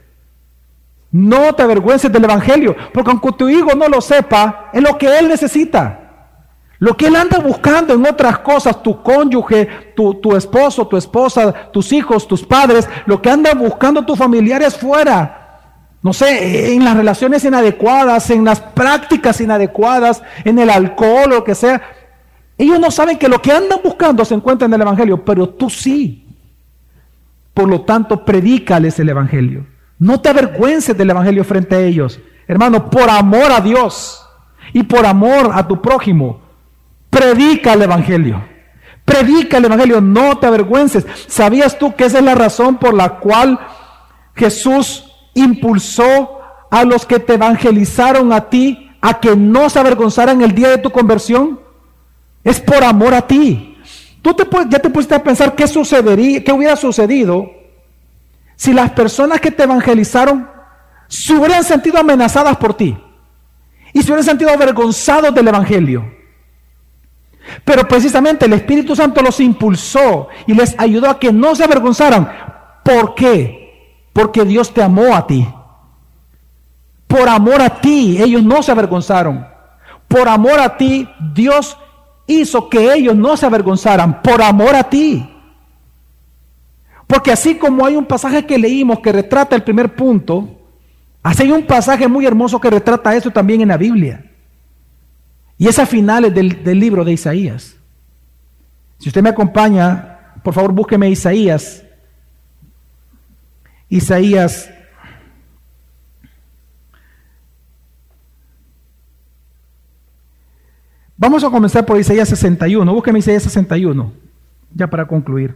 No te avergüences del evangelio, porque aunque tu hijo no lo sepa, es lo que él necesita. Lo que él anda buscando en otras cosas, tu cónyuge, tu esposo, tu esposa, tus hijos, tus padres, lo que andan buscando tus familiares fuera. No sé, en las relaciones inadecuadas, en las prácticas inadecuadas, en el alcohol o lo que sea. Ellos no saben que lo que andan buscando se encuentra en el evangelio, pero tú sí. Por lo tanto, predícales el evangelio. No te avergüences del evangelio frente a ellos. Hermano, por amor a Dios y por amor a tu prójimo, predica el evangelio. Predica el evangelio, no te avergüences. ¿Sabías tú que esa es la razón por la cual Jesús impulsó a los que te evangelizaron a ti a que no se avergonzaran el día de tu conversión? Es por amor a ti. Ya te pusiste a pensar qué hubiera sucedido si las personas que te evangelizaron se hubieran sentido amenazadas por ti y se hubieran sentido avergonzados del evangelio. Pero precisamente el Espíritu Santo los impulsó y les ayudó a que no se avergonzaran. ¿Por qué? Porque Dios te amó a ti. Por amor a ti, ellos no se avergonzaron. Por amor a ti, Dios hizo que ellos no se avergonzaran. Por amor a ti. Porque así como hay un pasaje que leímos que retrata el primer punto, así hay un pasaje muy hermoso que retrata eso también en la Biblia. Y es a finales del libro de Isaías. Si usted me acompaña, por favor búsqueme Isaías. Isaías. Vamos a comenzar por Isaías 61. Búsqueme Isaías 61, ya para concluir.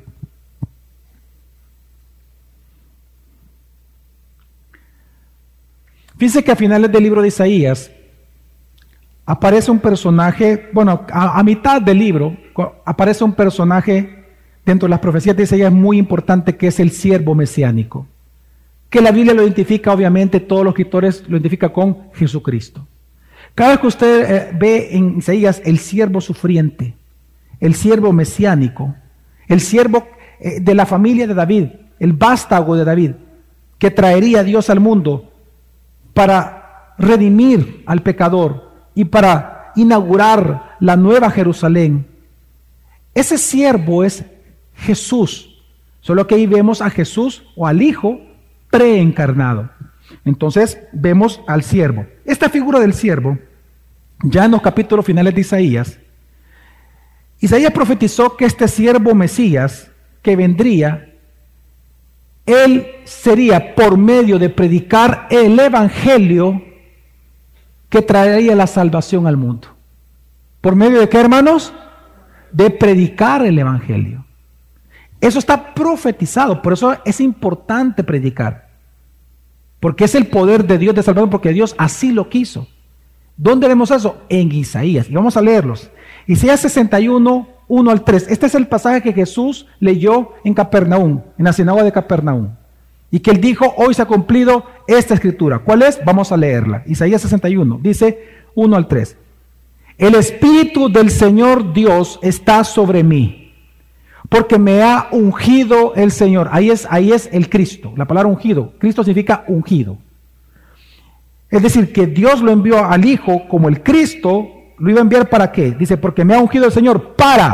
Fíjense que a finales del libro de Isaías aparece un personaje, bueno, a mitad del libro aparece un personaje dentro de las profecías de Isaías muy importante, que es el siervo mesiánico, que la Biblia lo identifica, obviamente todos los escritores lo identifican con Jesucristo. Cada vez que usted ve en Isaías el siervo sufriente, el siervo mesiánico, el siervo de la familia de David, el vástago de David, que traería a Dios al mundo para redimir al pecador y para inaugurar la nueva Jerusalén. Ese siervo es Jesús, solo que ahí vemos a Jesús o al Hijo preencarnado. Entonces vemos al siervo. Esta figura del siervo, ya en los capítulos finales de Isaías profetizó que este siervo Mesías que vendría, él sería por medio de predicar el evangelio que traería la salvación al mundo. ¿Por medio de qué, hermanos? De predicar el evangelio. Eso está profetizado, por eso es importante predicar. Porque es el poder de Dios de salvación, porque Dios así lo quiso. ¿Dónde vemos eso? En Isaías. Y vamos a leerlos. Isaías 61, 1 al 3. Este es el pasaje que Jesús leyó en Capernaum, en la sinagoga de Capernaum. Y que él dijo, hoy se ha cumplido esta escritura. ¿Cuál es? Vamos a leerla. Isaías 61, dice 1 al 3. El Espíritu del Señor Dios está sobre mí, porque me ha ungido el Señor. Ahí es el Cristo. La palabra ungido. Cristo significa ungido. Es decir, que Dios lo envió al Hijo como el Cristo. ¿Lo iba a enviar para qué? Dice, porque me ha ungido el Señor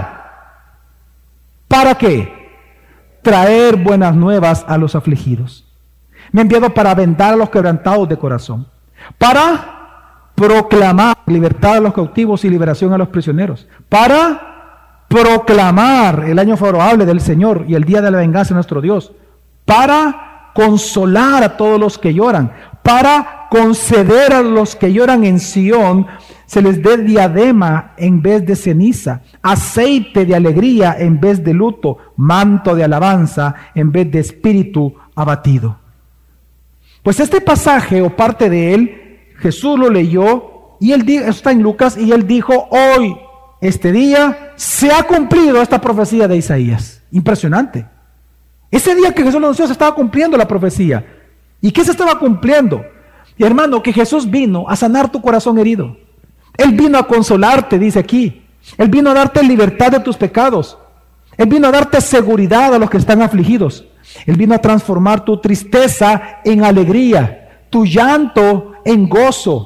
¿para qué? Traer buenas nuevas a los afligidos. Me ha enviado para vendar a los quebrantados de corazón, para proclamar libertad a los cautivos y liberación a los prisioneros, para proclamar el año favorable del Señor y el día de la venganza de nuestro Dios, para consolar a todos los que lloran, para conceder a los que lloran en Sión, se les dé diadema en vez de ceniza, aceite de alegría en vez de luto, manto de alabanza en vez de espíritu abatido. Pues este pasaje o parte de él, Jesús lo leyó y él dijo, está en Lucas, y él dijo: hoy, este día, se ha cumplido esta profecía de Isaías. Impresionante. Ese día que Jesús lo anunció se estaba cumpliendo la profecía. ¿Y qué se estaba cumpliendo? Y hermano, que Jesús vino a sanar tu corazón herido. Él vino a consolarte, dice aquí. Él vino a darte libertad de tus pecados. Él vino a darte seguridad a los que están afligidos. Él vino a transformar tu tristeza en alegría, tu llanto en gozo,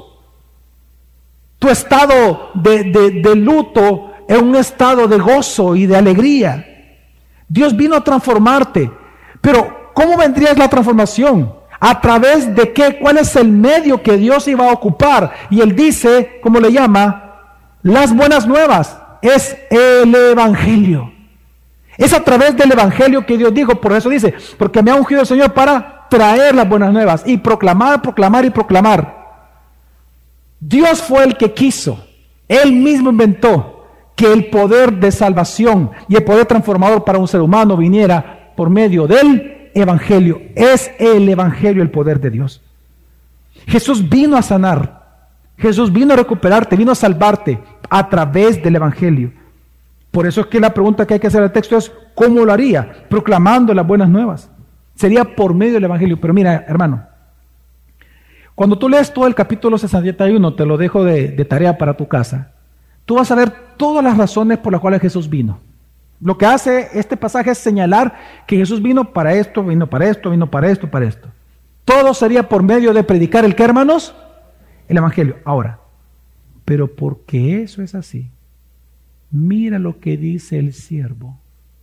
tu estado de luto en un estado de gozo y de alegría. Dios vino a transformarte. Pero ¿cómo vendría la transformación? ¿A través de qué? ¿Cuál es el medio que Dios iba a ocupar? Y Él dice, ¿cómo le llama? Las buenas nuevas. Es el Evangelio. Es a través del Evangelio que Dios dijo. Por eso dice: porque me ha ungido el Señor para traer las buenas nuevas y proclamar, proclamar y proclamar. Dios fue el que quiso. Él mismo inventó que el poder de salvación y el poder transformador para un ser humano viniera por medio del Evangelio. Es el Evangelio el poder de Dios. Jesús vino a sanar, Jesús vino a recuperarte, vino a salvarte a través del Evangelio. Por eso es que la pregunta que hay que hacer al texto es: ¿cómo lo haría? Proclamando las buenas nuevas. Sería por medio del Evangelio. Pero mira, hermano, cuando tú lees todo el capítulo 61, te lo dejo de tarea para tu casa, tú vas a ver todas las razones por las cuales Jesús vino. Lo que hace este pasaje es señalar que Jesús vino para esto, vino para esto, vino para esto, para esto. Todo sería por medio de predicar el ¿qué, hermanos? El Evangelio. Ahora, pero porque eso es así, mira lo que dice el siervo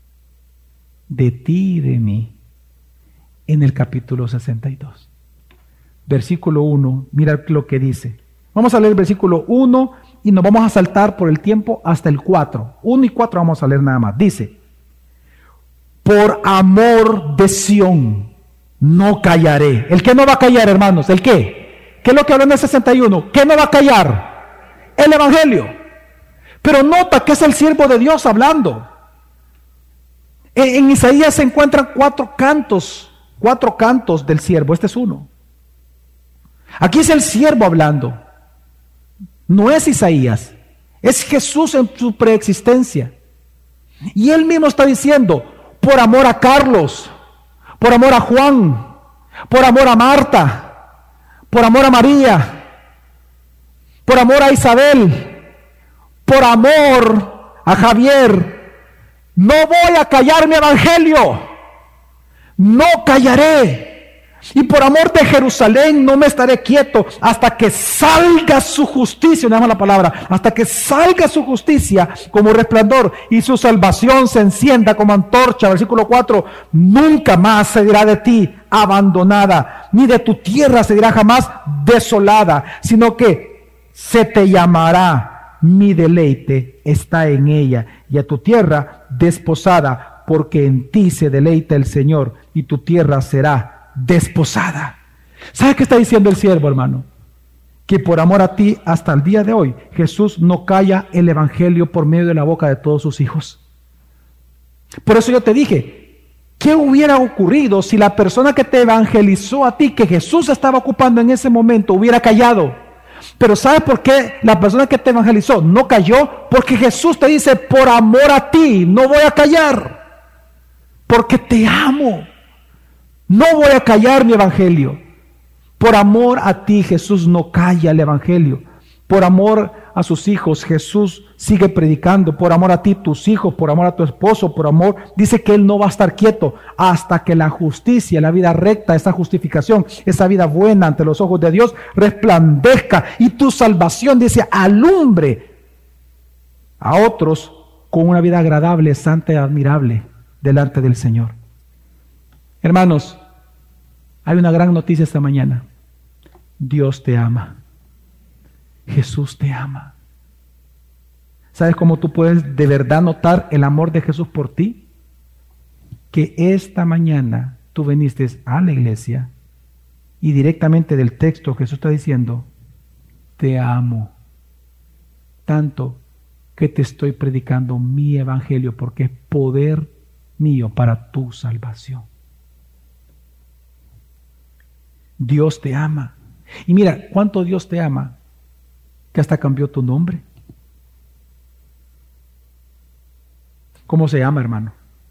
de ti y de mí en el capítulo 62. Versículo 1, mira lo que dice. Vamos a leer el versículo 1 y nos vamos a saltar por el tiempo hasta el 4. 1 y 4 vamos a leer nada más. Dice: por amor de Sión no callaré. ¿El qué no va a callar, hermanos? ¿El qué? ¿Qué es lo que habló en el 61? ¿Qué no va a callar? El Evangelio. Pero nota que es el siervo de Dios hablando. En Isaías se encuentran cuatro cantos del siervo. Este es uno. Aquí es el siervo hablando. No es Isaías, es Jesús en su preexistencia. Y él mismo está diciendo: por amor a Carlos, por amor a Juan, por amor a Marta, por amor a María, por amor a Isabel, por amor a Javier, no voy a callar mi evangelio, no callaré. Y por amor de Jerusalén no me estaré quieto hasta que salga su justicia, no es la palabra, hasta que salga su justicia como resplandor y su salvación se encienda como antorcha. Versículo 4, nunca más se dirá de ti abandonada, ni de tu tierra se dirá jamás desolada, sino que se te llamará mi deleite está en ella, y a tu tierra desposada, porque en ti se deleita el Señor y tu tierra será desposada. ¿Sabe qué está diciendo el siervo, hermano? Que por amor a ti, hasta el día de hoy, Jesús no calla el evangelio por medio de la boca de todos sus hijos. Por eso yo te dije, ¿qué hubiera ocurrido si la persona que te evangelizó a ti, que Jesús estaba ocupando en ese momento, hubiera callado? Pero ¿sabes por qué la persona que te evangelizó no cayó? Porque Jesús te dice: por amor a ti no voy a callar, porque te amo. No voy a callar mi evangelio. Por amor a ti, Jesús no calla el evangelio. Por amor a sus hijos, Jesús sigue predicando. Por amor a ti, tus hijos, por amor a tu esposo, por amor, dice que Él no va a estar quieto hasta que la justicia, la vida recta, esa justificación, esa vida buena ante los ojos de Dios resplandezca y tu salvación, dice, alumbre a otros con una vida agradable, santa y admirable delante del Señor. Hermanos, hay una gran noticia esta mañana. Dios te ama. Jesús te ama. ¿Sabes cómo tú puedes de verdad notar el amor de Jesús por ti? Que esta mañana tú viniste a la iglesia y directamente del texto Jesús está diciendo, te amo tanto que te estoy predicando mi evangelio porque es poder mío para tu salvación. Dios te ama. Y mira, cuánto Dios te ama, que hasta cambió tu nombre. ¿Cómo se llama, hermano?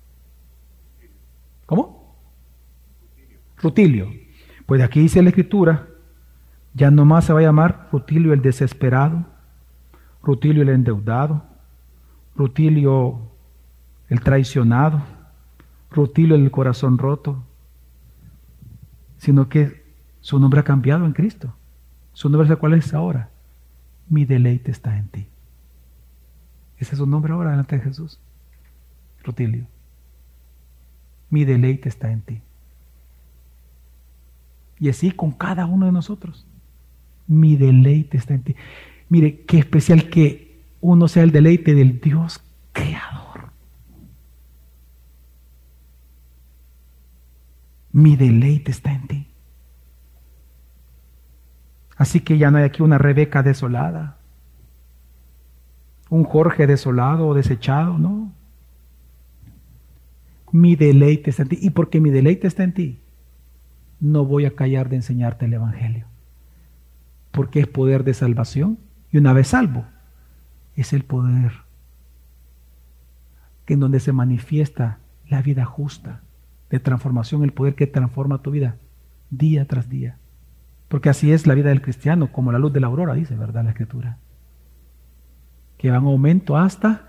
¿Cómo? Rutilio. Pues aquí dice la Escritura, ya nomás se va a llamar Rutilio el desesperado, Rutilio el endeudado, Rutilio el traicionado, Rutilio el corazón roto, sino que su nombre ha cambiado en Cristo. Su nombre, ¿cuál es ahora? Mi deleite está en ti. Ese es su nombre ahora delante de Jesús. Rutilio. Mi deleite está en ti. Y así con cada uno de nosotros. Mi deleite está en ti. Mire, qué especial que uno sea el deleite del Dios creador. Mi deleite está en ti. Así que ya no hay aquí una Rebeca desolada, un Jorge desolado o desechado, no. Mi deleite está en ti. Y porque mi deleite está en ti, no voy a callar de enseñarte el Evangelio. Porque es poder de salvación. Y una vez salvo, es el poder que en donde se manifiesta la vida justa, de transformación, el poder que transforma tu vida día tras día. Porque así es la vida del cristiano, como la luz de la aurora, dice, ¿verdad? La Escritura. Que va en aumento hasta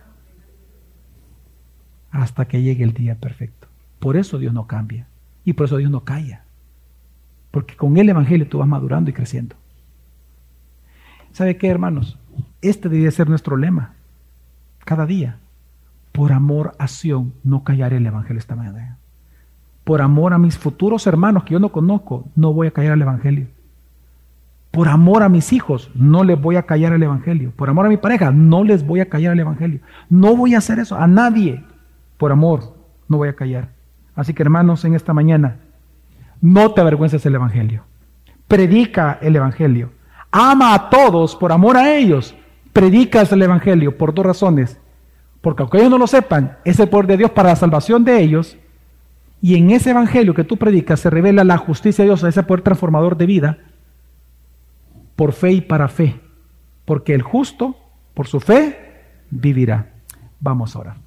que llegue el día perfecto. Por eso Dios no cambia. Y por eso Dios no calla. Porque con el Evangelio tú vas madurando y creciendo. ¿Sabe qué, hermanos? Este debería ser nuestro lema. Cada día. Por amor a Sion, no callaré el Evangelio esta mañana. Por amor a mis futuros hermanos que yo no conozco, no voy a callar el Evangelio. Por amor a mis hijos, no les voy a callar el Evangelio. Por amor a mi pareja, no les voy a callar el Evangelio. No voy a hacer eso a nadie. Por amor, no voy a callar. Así que, hermanos, en esta mañana, no te avergüences del Evangelio. Predica el Evangelio. Ama a todos por amor a ellos. Predicas el Evangelio por dos razones. Porque aunque ellos no lo sepan, es el poder de Dios para la salvación de ellos. Y en ese Evangelio que tú predicas se revela la justicia de Dios, ese poder transformador de vida, por fe y para fe. Porque el justo, por su fe, vivirá. Vamos a orar.